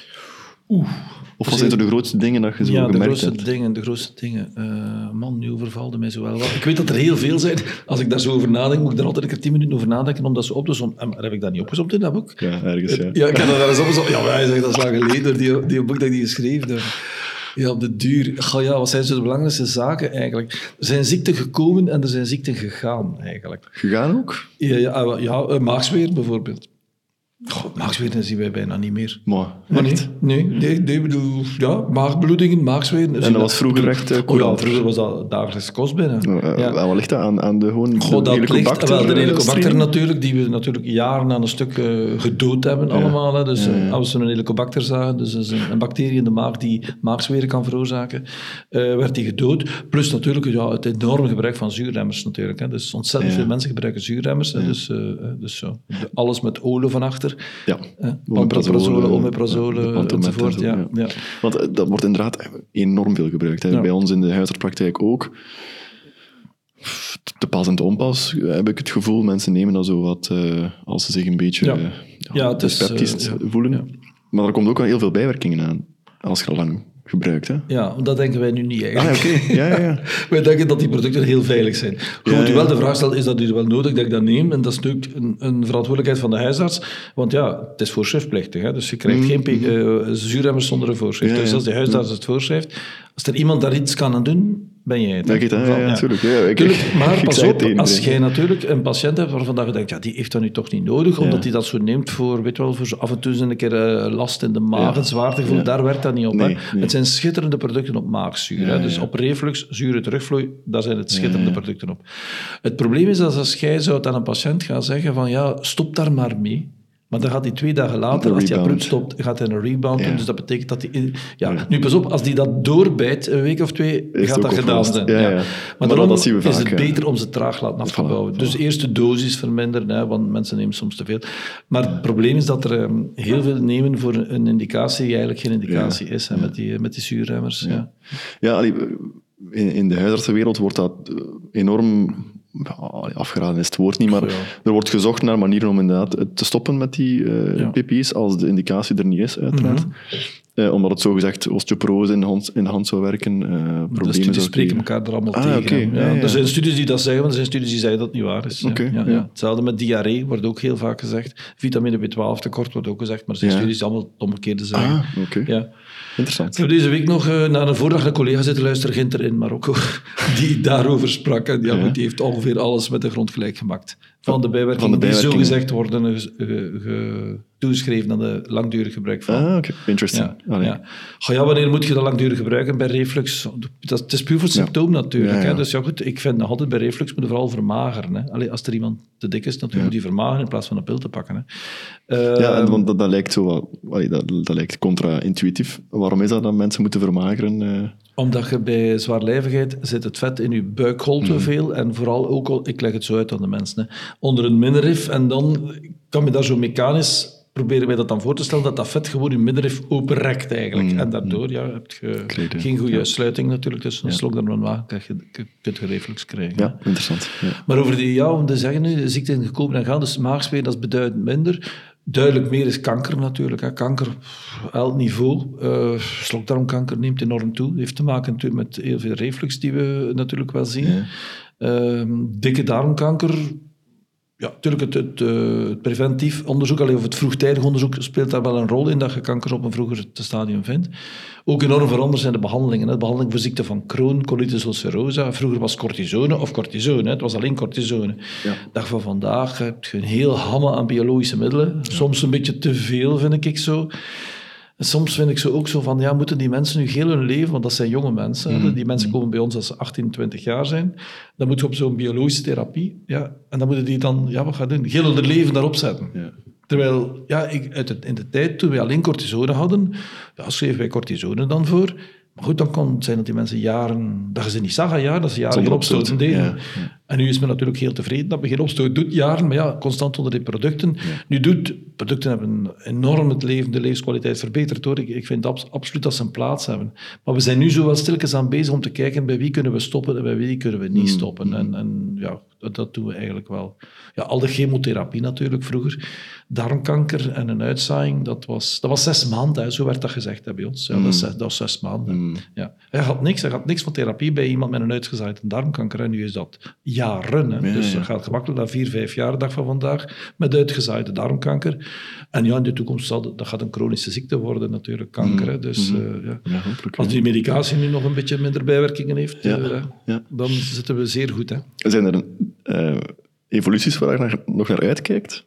Of wat zijn er de grootste dingen dat je zo gemerkt hebt? De grootste dingen. Man, nu overvalde mij zo wel wat. Ik weet dat er heel veel zijn. Als ik daar zo over nadenk, moet ik er altijd een keer 10 minuten over nadenken om dat zo op te sommen. Maar heb ik dat niet opgezomd in dat boek? Ja, ergens, ja. Ja, ik heb dat daar eens opgezomd. Ja, maar hij zegt, dat is lang geleden, die boek dat ik geschreven heb. Ja, op de duur. Wat zijn zo de belangrijkste zaken eigenlijk? Er zijn ziekten gekomen en er zijn ziekten gegaan, eigenlijk. Gegaan ook? Ja, maagzweer bijvoorbeeld. Maagzweren zien wij bijna niet meer. Maar nee, bedoel, maagbloedingen, maagzweren. En dat was vroeger echt courant? Vroeger was dat dagelijks kost binnen. Wat ligt dat aan de Helicobacter? De Helicobacter natuurlijk, die we natuurlijk jaren aan een stuk gedood hebben allemaal. Hè. Dus als we een Helicobacter zagen, dus dat is een bacterie in de maag die maagzweren kan veroorzaken, werd die gedood. Plus natuurlijk het enorme gebruik van zuurremmers natuurlijk. Hè. Dus ontzettend veel mensen gebruiken zuurremmers. Hè. Dus zo. Alles met olie van achter. Ja, omeprazole enzovoort. Ja. Want dat wordt inderdaad enorm veel gebruikt. Hè. Bij ons in de huisartspraktijk ook. Te pas en te onpas heb ik het gevoel. Mensen nemen dat zo wat als ze zich een beetje sceptisch voelen. Ja. Maar er komt ook al heel veel bijwerkingen aan als je al lang gebruikt, hè? Ja, dat denken wij nu niet eigenlijk. Oké. Ja. Wij denken dat die producten heel veilig zijn. Je moet je wel de vraag stellen, is dat hier wel nodig dat ik dat neem? En dat is natuurlijk een verantwoordelijkheid van de huisarts. Want het is voorschriftplichtig. Hè? Dus je krijgt geen zuurremmers zonder een voorschrift. Dus als de huisarts het voorschrijft, als er iemand daar iets kan aan doen, ben jij het. Natuurlijk. Maar pas op, als jij natuurlijk een patiënt hebt waarvan je denkt, die heeft dat nu toch niet nodig, omdat hij dat zo neemt voor zo af en toe een keer last in de maag, het zwaartegevoel, daar werkt dat niet op. Nee. Het zijn schitterende producten op maagzuur. Hè? Dus op reflux, zure terugvloei, daar zijn het schitterende producten op. Het probleem is dat als jij zou aan een patiënt gaan zeggen van stop daar maar mee. Maar dan gaat hij 2 dagen later, als hij abrupt stopt, gaat hij een rebound doen. Dus dat betekent dat hij... Nu pas op, als die dat doorbijt, een week of 2, gaat dat gedaan zijn. Maar daarom is het beter om ze traag laten afbouwen. Dus eerst de dosis verminderen, want mensen nemen soms te veel. Maar het probleem is dat er heel veel nemen voor een indicatie die eigenlijk geen indicatie is, met die zuurremmers. In de huisartsenwereld wordt dat enorm... afgeraden is het woord niet, maar er wordt gezocht naar manieren om inderdaad te stoppen met die PPI's, als de indicatie er niet is, uiteraard. Omdat het zogezegd osteoporose in de hand zou werken. De studies spreken elkaar er allemaal tegen. Er zijn studies die dat zeggen, maar er zijn studies die zeggen dat het niet waar is. Hetzelfde met diarree, wordt ook heel vaak gezegd. Vitamine B12 tekort wordt ook gezegd, maar er zijn studies die allemaal het omgekeerde zeggen. Interessant. Ik heb deze week nog naar een voordracht een collega zitten luisteren, Ginter in Marokko, die daarover sprak. En die heeft ongeveer alles met de grond gelijk gemaakt. Van de bijwerkingen die zogezegd worden toegeschreven aan de langdurig gebruik van. Ah, oké. Interesting. Ja, wanneer moet je dat langdurig gebruiken bij reflux? Het is puur voor het symptoom natuurlijk. Hè? Dus ja, goed, ik vind nog altijd bij reflux moet je vooral vermageren. Hè? Allee, als er iemand te dik is, natuurlijk moet hij vermageren in plaats van een pil te pakken. Hè? Want dat lijkt zo wat... Dat lijkt contra-intuïtief. Waarom is dat mensen moeten vermageren? Omdat je bij zwaarlijvigheid zit het vet in je buikholte veel. En vooral ook, ik leg het zo uit aan de mensen, hè, onder een middenrif. En dan kan je daar zo mechanisch... Proberen wij dat dan voor te stellen, dat dat vet gewoon je middenrif openrekt eigenlijk. En daardoor heb je geen goede sluiting natuurlijk tussen een slokdarm en maag. Je kunt je reflux krijgen. Ja, interessant. Ja. Maar over om te zeggen nu, de ziekte in gekomen en gaan, dus maagspier, dat is beduidend minder. Duidelijk meer is kanker natuurlijk. Hè. Kanker, elk niveau. Slokdarmkanker neemt enorm toe. Heeft te maken natuurlijk met heel veel reflux die we natuurlijk wel zien. Ja. Dikke darmkanker... Ja, natuurlijk het preventief onderzoek, of het vroegtijdig onderzoek, speelt daar wel een rol in dat je kankers op een vroeger stadium vindt. Ook enorm veranderd zijn de behandelingen. De behandeling voor ziekte van Crohn, colitis ulcerosa. Vroeger was cortisone of cortisone. Het was alleen cortisone. Ja. Dag van vandaag heb je een heel hammer aan biologische middelen. Ja. Soms een beetje te veel, vind ik zo. En soms vind ik zo ook zo van, moeten die mensen nu heel hun leven, want dat zijn jonge mensen, die mensen komen bij ons als ze 18, 20 jaar zijn, dan moeten we op zo'n biologische therapie, en dan moeten die dan, wat gaan doen? Heel hun leven daarop zetten. Ja. Terwijl, in de tijd, toen wij alleen cortisone hadden, schreven wij cortisone dan voor. Maar goed, dan kon het zijn dat die mensen jaren... Dat je ze niet zag dat ze jaren geen opstoten deden. Ja. En nu is men natuurlijk heel tevreden dat men geen opstoot doet, jaren, maar constant onder die producten. Ja. Producten hebben enorm de levenskwaliteit verbeterd, hoor. Ik vind absoluut dat ze een plaats hebben. Maar we zijn nu zo wel stilletjes aan bezig om te kijken bij wie kunnen we stoppen en bij wie kunnen we niet stoppen. En dat doen we eigenlijk wel. Ja, al de chemotherapie natuurlijk vroeger. Darmkanker en een uitzaaiing, dat was 6 maanden, hè. Zo werd dat gezegd bij ons. Ja, dat was 6 maanden. Ja. Hij had niks van therapie bij iemand met een uitgezaaide darmkanker. En nu is dat jaren. Hè. Ja, dus dat gaat gemakkelijk naar 4-5 jaar, dag van vandaag, met uitgezaaide darmkanker. En in de toekomst dat gaat een chronische ziekte worden, natuurlijk, kanker. Hè. Dus als die medicatie nu nog een beetje minder bijwerkingen heeft, dan zitten we zeer goed. Hè. Zijn er evoluties waar je nog naar uitkijkt?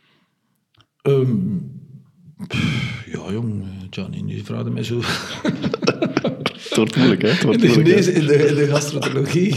Jong, Johnny, nu vraag je mij zo... Het wordt moeilijk, hè? In de gastrologie.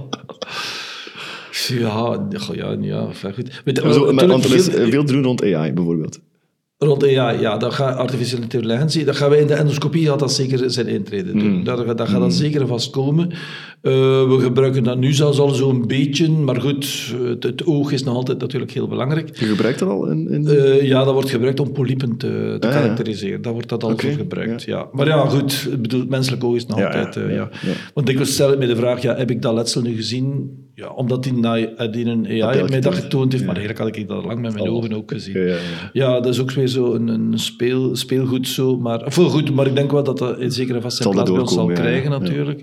Goed. Want er is veel te doen rond AI, bijvoorbeeld. Rond AI, dat gaat artificiële intelligentie. Dat gaan wij in de endoscopie gaat dat zeker zijn intreden doen. Dat gaat dat zeker vast komen. We gebruiken dat nu zelfs al zo'n beetje, maar goed, het oog is nog altijd natuurlijk heel belangrijk. Je gebruikt dat al? Dat wordt gebruikt om polypen te karakteriseren. Daar wordt dat al voor gebruikt. Ja. Maar goed, ik bedoel, het menselijk oog is nog altijd... Want ik stel ik me de vraag, heb ik dat letsel nu gezien? Ja, omdat die een AI mij dat getoond heeft, maar eigenlijk had ik dat al lang met mijn ogen ook gezien. Ja, dat is ook weer zo een speelgoed zo, maar ik denk wel dat dat in zekere vast zijn plaats bij ons zal krijgen natuurlijk.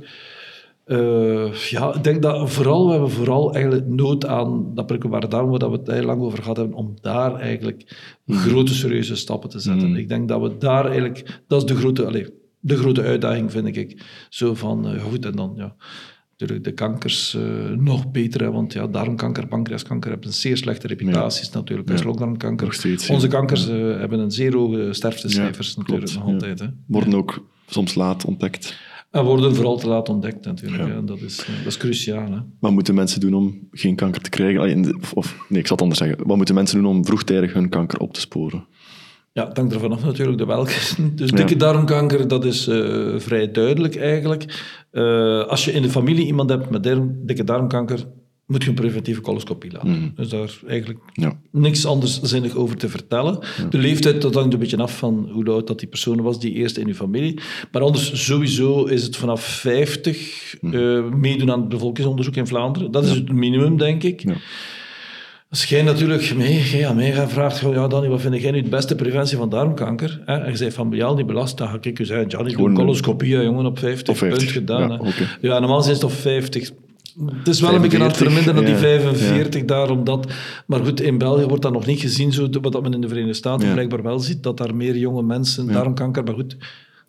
Ik denk dat we hebben vooral eigenlijk nood aan dat prikkelbare darm, waar we het heel lang over gehad hebben, om daar eigenlijk grote serieuze stappen te zetten. Ik denk dat we daar eigenlijk, dat is de grote uitdaging, vind ik. Zo van, goed, en dan, natuurlijk de kankers nog beter, hè, want darmkanker, pancreaskanker hebben een zeer slechte reputaties natuurlijk, als slokdarmkanker. Steeds, onze kankers hebben een zeer hoge sterftecijfers natuurlijk nog altijd. Hè. Worden ook soms laat ontdekt. En worden vooral te laat ontdekt natuurlijk. Ja. Dat is cruciaal. Hè. Wat moeten mensen doen om geen kanker te krijgen? Ik zal het anders zeggen. Wat moeten mensen doen om vroegtijdig hun kanker op te sporen? Ja, het hangt er vanaf natuurlijk de welke. Dus dikke darmkanker, dat is vrij duidelijk eigenlijk. Als je in de familie iemand hebt met dikke darmkanker, moet je een preventieve coloscopie laten. Dus daar eigenlijk niks anders zinnig over te vertellen. Ja. De leeftijd, dat hangt een beetje af van hoe oud dat die persoon was, die eerste in je familie. Maar anders, sowieso is het vanaf 50 meedoen aan het bevolkingsonderzoek in Vlaanderen. Dat is het minimum, denk ik. Ja. Als jij natuurlijk mij gaat vragen, Danny, wat vind jij nu de beste preventie van darmkanker? En je bent familiaal niet belast, dan ga ik je zeggen, Johnny, doe een coloscopie, jongen, op 50, punt gedaan. Ja, normaal is het op 50. Het is wel 45, een beetje aan het verminderen dan die 45, daarom dat... Maar goed, in België wordt dat nog niet gezien, zo wat men in de Verenigde Staten blijkbaar wel ziet, dat daar meer jonge mensen darmkanker... Maar goed,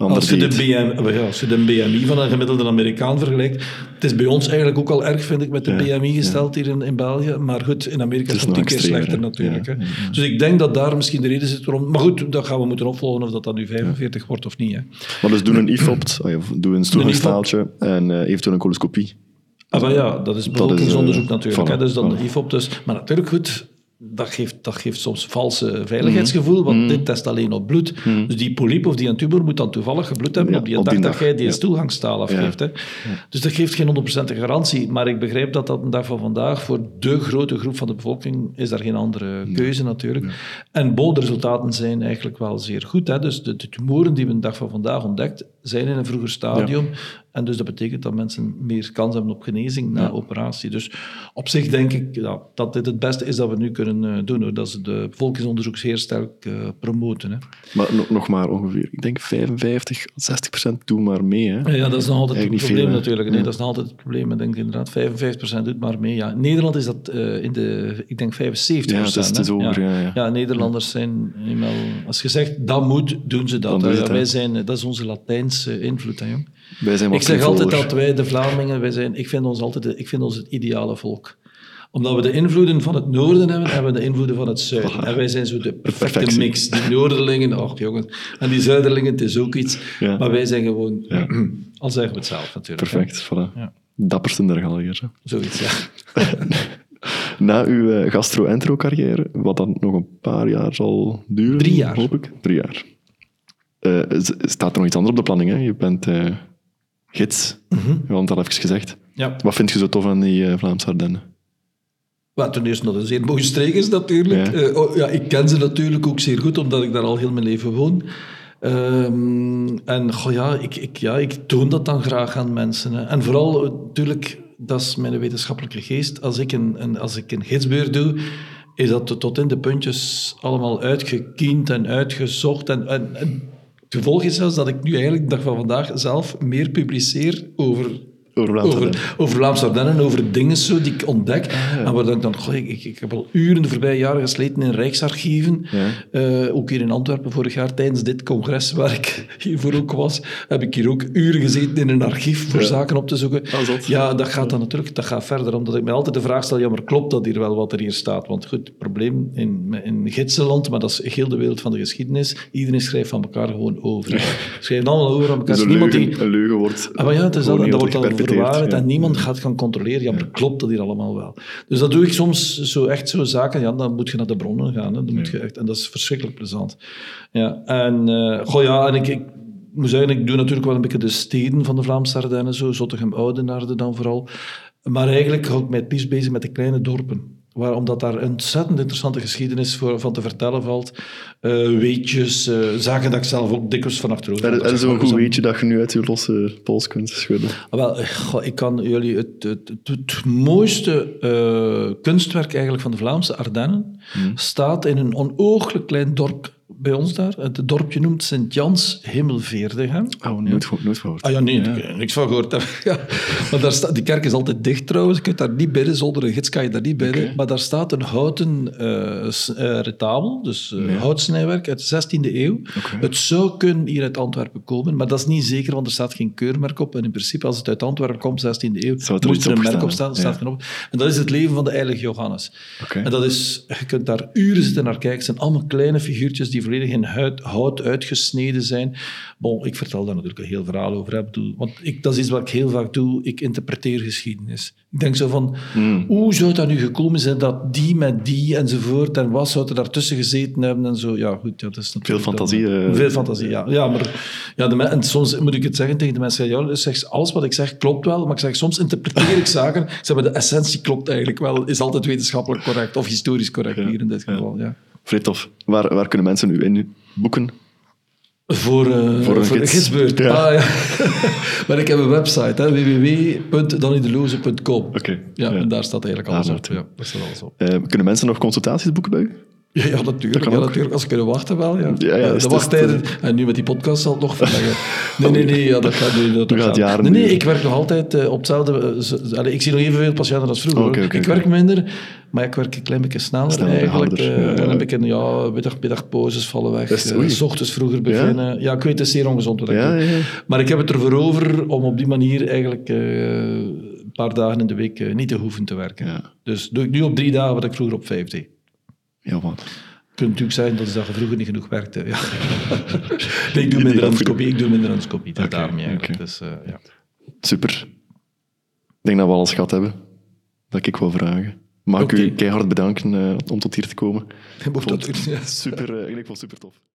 ander Als je, dieet. als je de BMI van een gemiddelde Amerikaan vergelijkt, het is bij ons eigenlijk ook al erg, vind ik, met de BMI gesteld hier in België. Maar goed, in Amerika is het nog 10 keer slechter natuurlijk. Ja. Hè. Dus ik denk dat daar misschien de reden zit waarom... Maar goed, dat gaan we moeten opvolgen of dat nu 45 wordt of niet. Hè. Maar dus doe een IFOP, doe een stoelgangstaaltje en eventueel een coloscopie. Maar ja, dat is bevolkingsonderzoek natuurlijk. Voilà, Hè, dus dan voilà. IFOP dus. Maar natuurlijk goed... Dat geeft soms valse veiligheidsgevoel, want dit test alleen op bloed. Dus die polyp of die tumor moet dan toevallig gebloed hebben op die dag dat jij die stoelgangstaal afgeeft. Hè. Dus dat geeft geen 100% garantie. Maar ik begrijp dat een dag van vandaag voor de grote groep van de bevolking is daar geen andere keuze natuurlijk. En de resultaten zijn eigenlijk wel zeer goed. Hè. Dus de tumoren die we een dag van vandaag ontdekt, zijn in een vroeger stadium. En dus dat betekent dat mensen meer kans hebben op genezing na operatie. Dus op zich denk ik dat dit het beste is dat we nu kunnen doen. Hoor. Dat ze de bevolkingsonderzoek zeer sterk promoten. Hè. Maar nog maar ongeveer, ik denk 55-60% doen maar mee. Hè. Ja, dat is nog altijd het Eigenlijk probleem niet veel, natuurlijk. Nee, dat is nog altijd het probleem. Ik denk inderdaad, 55% doet maar mee. Ja. In Nederland is dat ik denk 75%. Ja, het is over. Ja, Nederlanders zijn eenmaal... Als je zegt, dat moet, doen ze dat. Dat is onze Latijnse invloed, hè, jong. Wij zijn Ik zeg altijd dat wij, de Vlamingen, ik vind ons het ideale volk. Omdat we de invloeden van het noorden hebben, hebben we de invloeden van het zuiden. En wij zijn zo de perfecte mix. Die noorderlingen, och jongen, en die zuiderlingen, het is ook iets. Ja. Maar wij zijn gewoon, al zeggen we het zelf natuurlijk. Perfect, voilà. Ja. Dapperste der Galliërs. Zoiets, ja. Na uw gastro-entero-carrière, wat dan nog een paar jaar zal duren, 3 jaar. Hoop ik. 3 jaar. Staat er nog iets anders op de planning? Hè? Je bent gids, we hadden het al even gezegd. Ja. Wat vind je zo tof aan die Vlaamse Ardennen? Ten eerste dat een zeer mooie streek is natuurlijk. Ja. Ik ken ze natuurlijk ook zeer goed, omdat ik daar al heel mijn leven woon. Ik toon dat dan graag aan mensen. Hè. En vooral, natuurlijk, dat is mijn wetenschappelijke geest. Als ik een gidsbeurt doe, is dat tot in de puntjes allemaal uitgekiend en uitgezocht. En het gevolg is zelfs dat ik nu eigenlijk de dag van vandaag zelf meer publiceer over Vlaamse Ardennen, over dingen zo die ik ontdek. En waar ik dan, ik heb al uren de voorbije jaren gesleten in Rijksarchieven. Ook hier in Antwerpen vorig jaar, tijdens dit congres waar ik hiervoor ook was, heb ik hier ook uren gezeten in een archief voor zaken op te zoeken. Dat gaat dan natuurlijk, dat gaat verder, omdat ik mij altijd de vraag stel, maar klopt dat hier wel wat er hier staat? Want goed, het probleem in gidsenland, maar dat is heel de wereld van de geschiedenis, iedereen schrijft van elkaar gewoon over. Schrijven allemaal over aan elkaar. Dus een leugen wordt... dat wordt al verwaarheid en niemand gaat gaan controleren. Ja, maar klopt dat hier allemaal wel? Dus dat doe ik soms echt zo zaken. Dan moet je naar de bronnen gaan. Hè. Dan moet je echt, en dat is verschrikkelijk plezant. Ja, en ik moet zeggen, ik doe natuurlijk wel een beetje de steden van de Vlaamse Ardennen, zo Zottegem, Oudenaarde dan vooral. Maar eigenlijk hou ik mij het liefst bezig met de kleine dorpen. Omdat daar een ontzettend interessante geschiedenis van te vertellen valt. Weetjes, zaken dat ik zelf ook dikwijls van achterover. En zo'n goed weetje dat je nu uit je losse pols kunt schudden. Ik kan jullie het mooiste kunstwerk eigenlijk van de Vlaamse Ardennen staat in een onooglijk klein dorp bij ons daar. Het dorpje noemt Sint-Jans Hemelveerdegem. Nooit gehoord. Niks van gehoord. Maar daar die kerk is altijd dicht trouwens. Je kunt daar niet binnen, zonder een gids kan je daar niet binnen. Okay. Maar daar staat een houten retabel, dus houtsnijwerk uit de 16e eeuw. Okay. Het zou kunnen hier uit Antwerpen komen, maar dat is niet zeker, want er staat geen keurmerk op. En in principe, als het uit Antwerpen komt, 16e eeuw, moet er een merk op staan. Staat geen op. En dat is het leven van de heilige Johannes. Okay. En dat is, je kunt daar uren zitten naar kijken. Het zijn allemaal kleine figuurtjes die volledig in hout uitgesneden zijn. Ik vertel daar natuurlijk een heel verhaal over. Want dat is iets wat ik heel vaak doe. Ik interpreteer geschiedenis. Ik denk zo van, hoe zou dat nu gekomen zijn dat die met die enzovoort en wat zou er daartussen gezeten hebben en zo. Ja, goed. Dat is veel fantasie. Veel fantasie, ja. Ja, maar en soms moet ik het zeggen tegen de mensen, alles wat ik zeg klopt wel, maar ik zeg, soms interpreteer ik zaken. Ik zeg, maar de essentie klopt eigenlijk wel, is altijd wetenschappelijk correct of historisch correct hier in dit geval, ja. Vrij tof. Waar kunnen mensen u in boeken? Voor een gidsbeurt. Ja. Maar ik heb een website, www.dannydeloze.com. Okay. En daar staat eigenlijk alles op. Ja, daar staat alles op. Kunnen mensen nog consultaties boeken bij u? Ja, natuurlijk. kan Ja, ook. natuurlijk. Als ze kunnen wachten wel, ja. Ja, De dus wachttijden... En nu met die podcast zal het nog verlengen. Nee, ja, dat gaat niet. Dat gaat gaat. jaren Nee, duren. ik werk nog altijd op hetzelfde... ik zie nog evenveel patiënten als vroeger. Oké, hoor. oké, Ik oké. werk minder, maar ik werk een klein beetje sneller Sneller, eigenlijk. harder, ja. En dan heb ik middagpauzes vallen weg. Dat is- oei. 's ochtends vroeger beginnen. Ja, ik weet, het is zeer ongezond wat ik Ja, doe. ja. Maar ik heb het ervoor over om op die manier eigenlijk een paar dagen in de week niet te hoeven te werken. Ja. Dus doe ik nu op 3 dagen wat ik vroeger op 5 deed. Ja, wat? Je kunt natuurlijk zeggen dat je vroeger niet genoeg werkte. Ja. Nee, ik doe minder endoscopie. Dat Oké, daarom eigenlijk. oké. Dus, ja. Super. Ik denk dat we alles gehad hebben. Dat ik wil vragen. Mag ik Oké. u keihard bedanken om tot hier te komen? Je mocht dat doen. Ja. Super, eigenlijk wel super tof.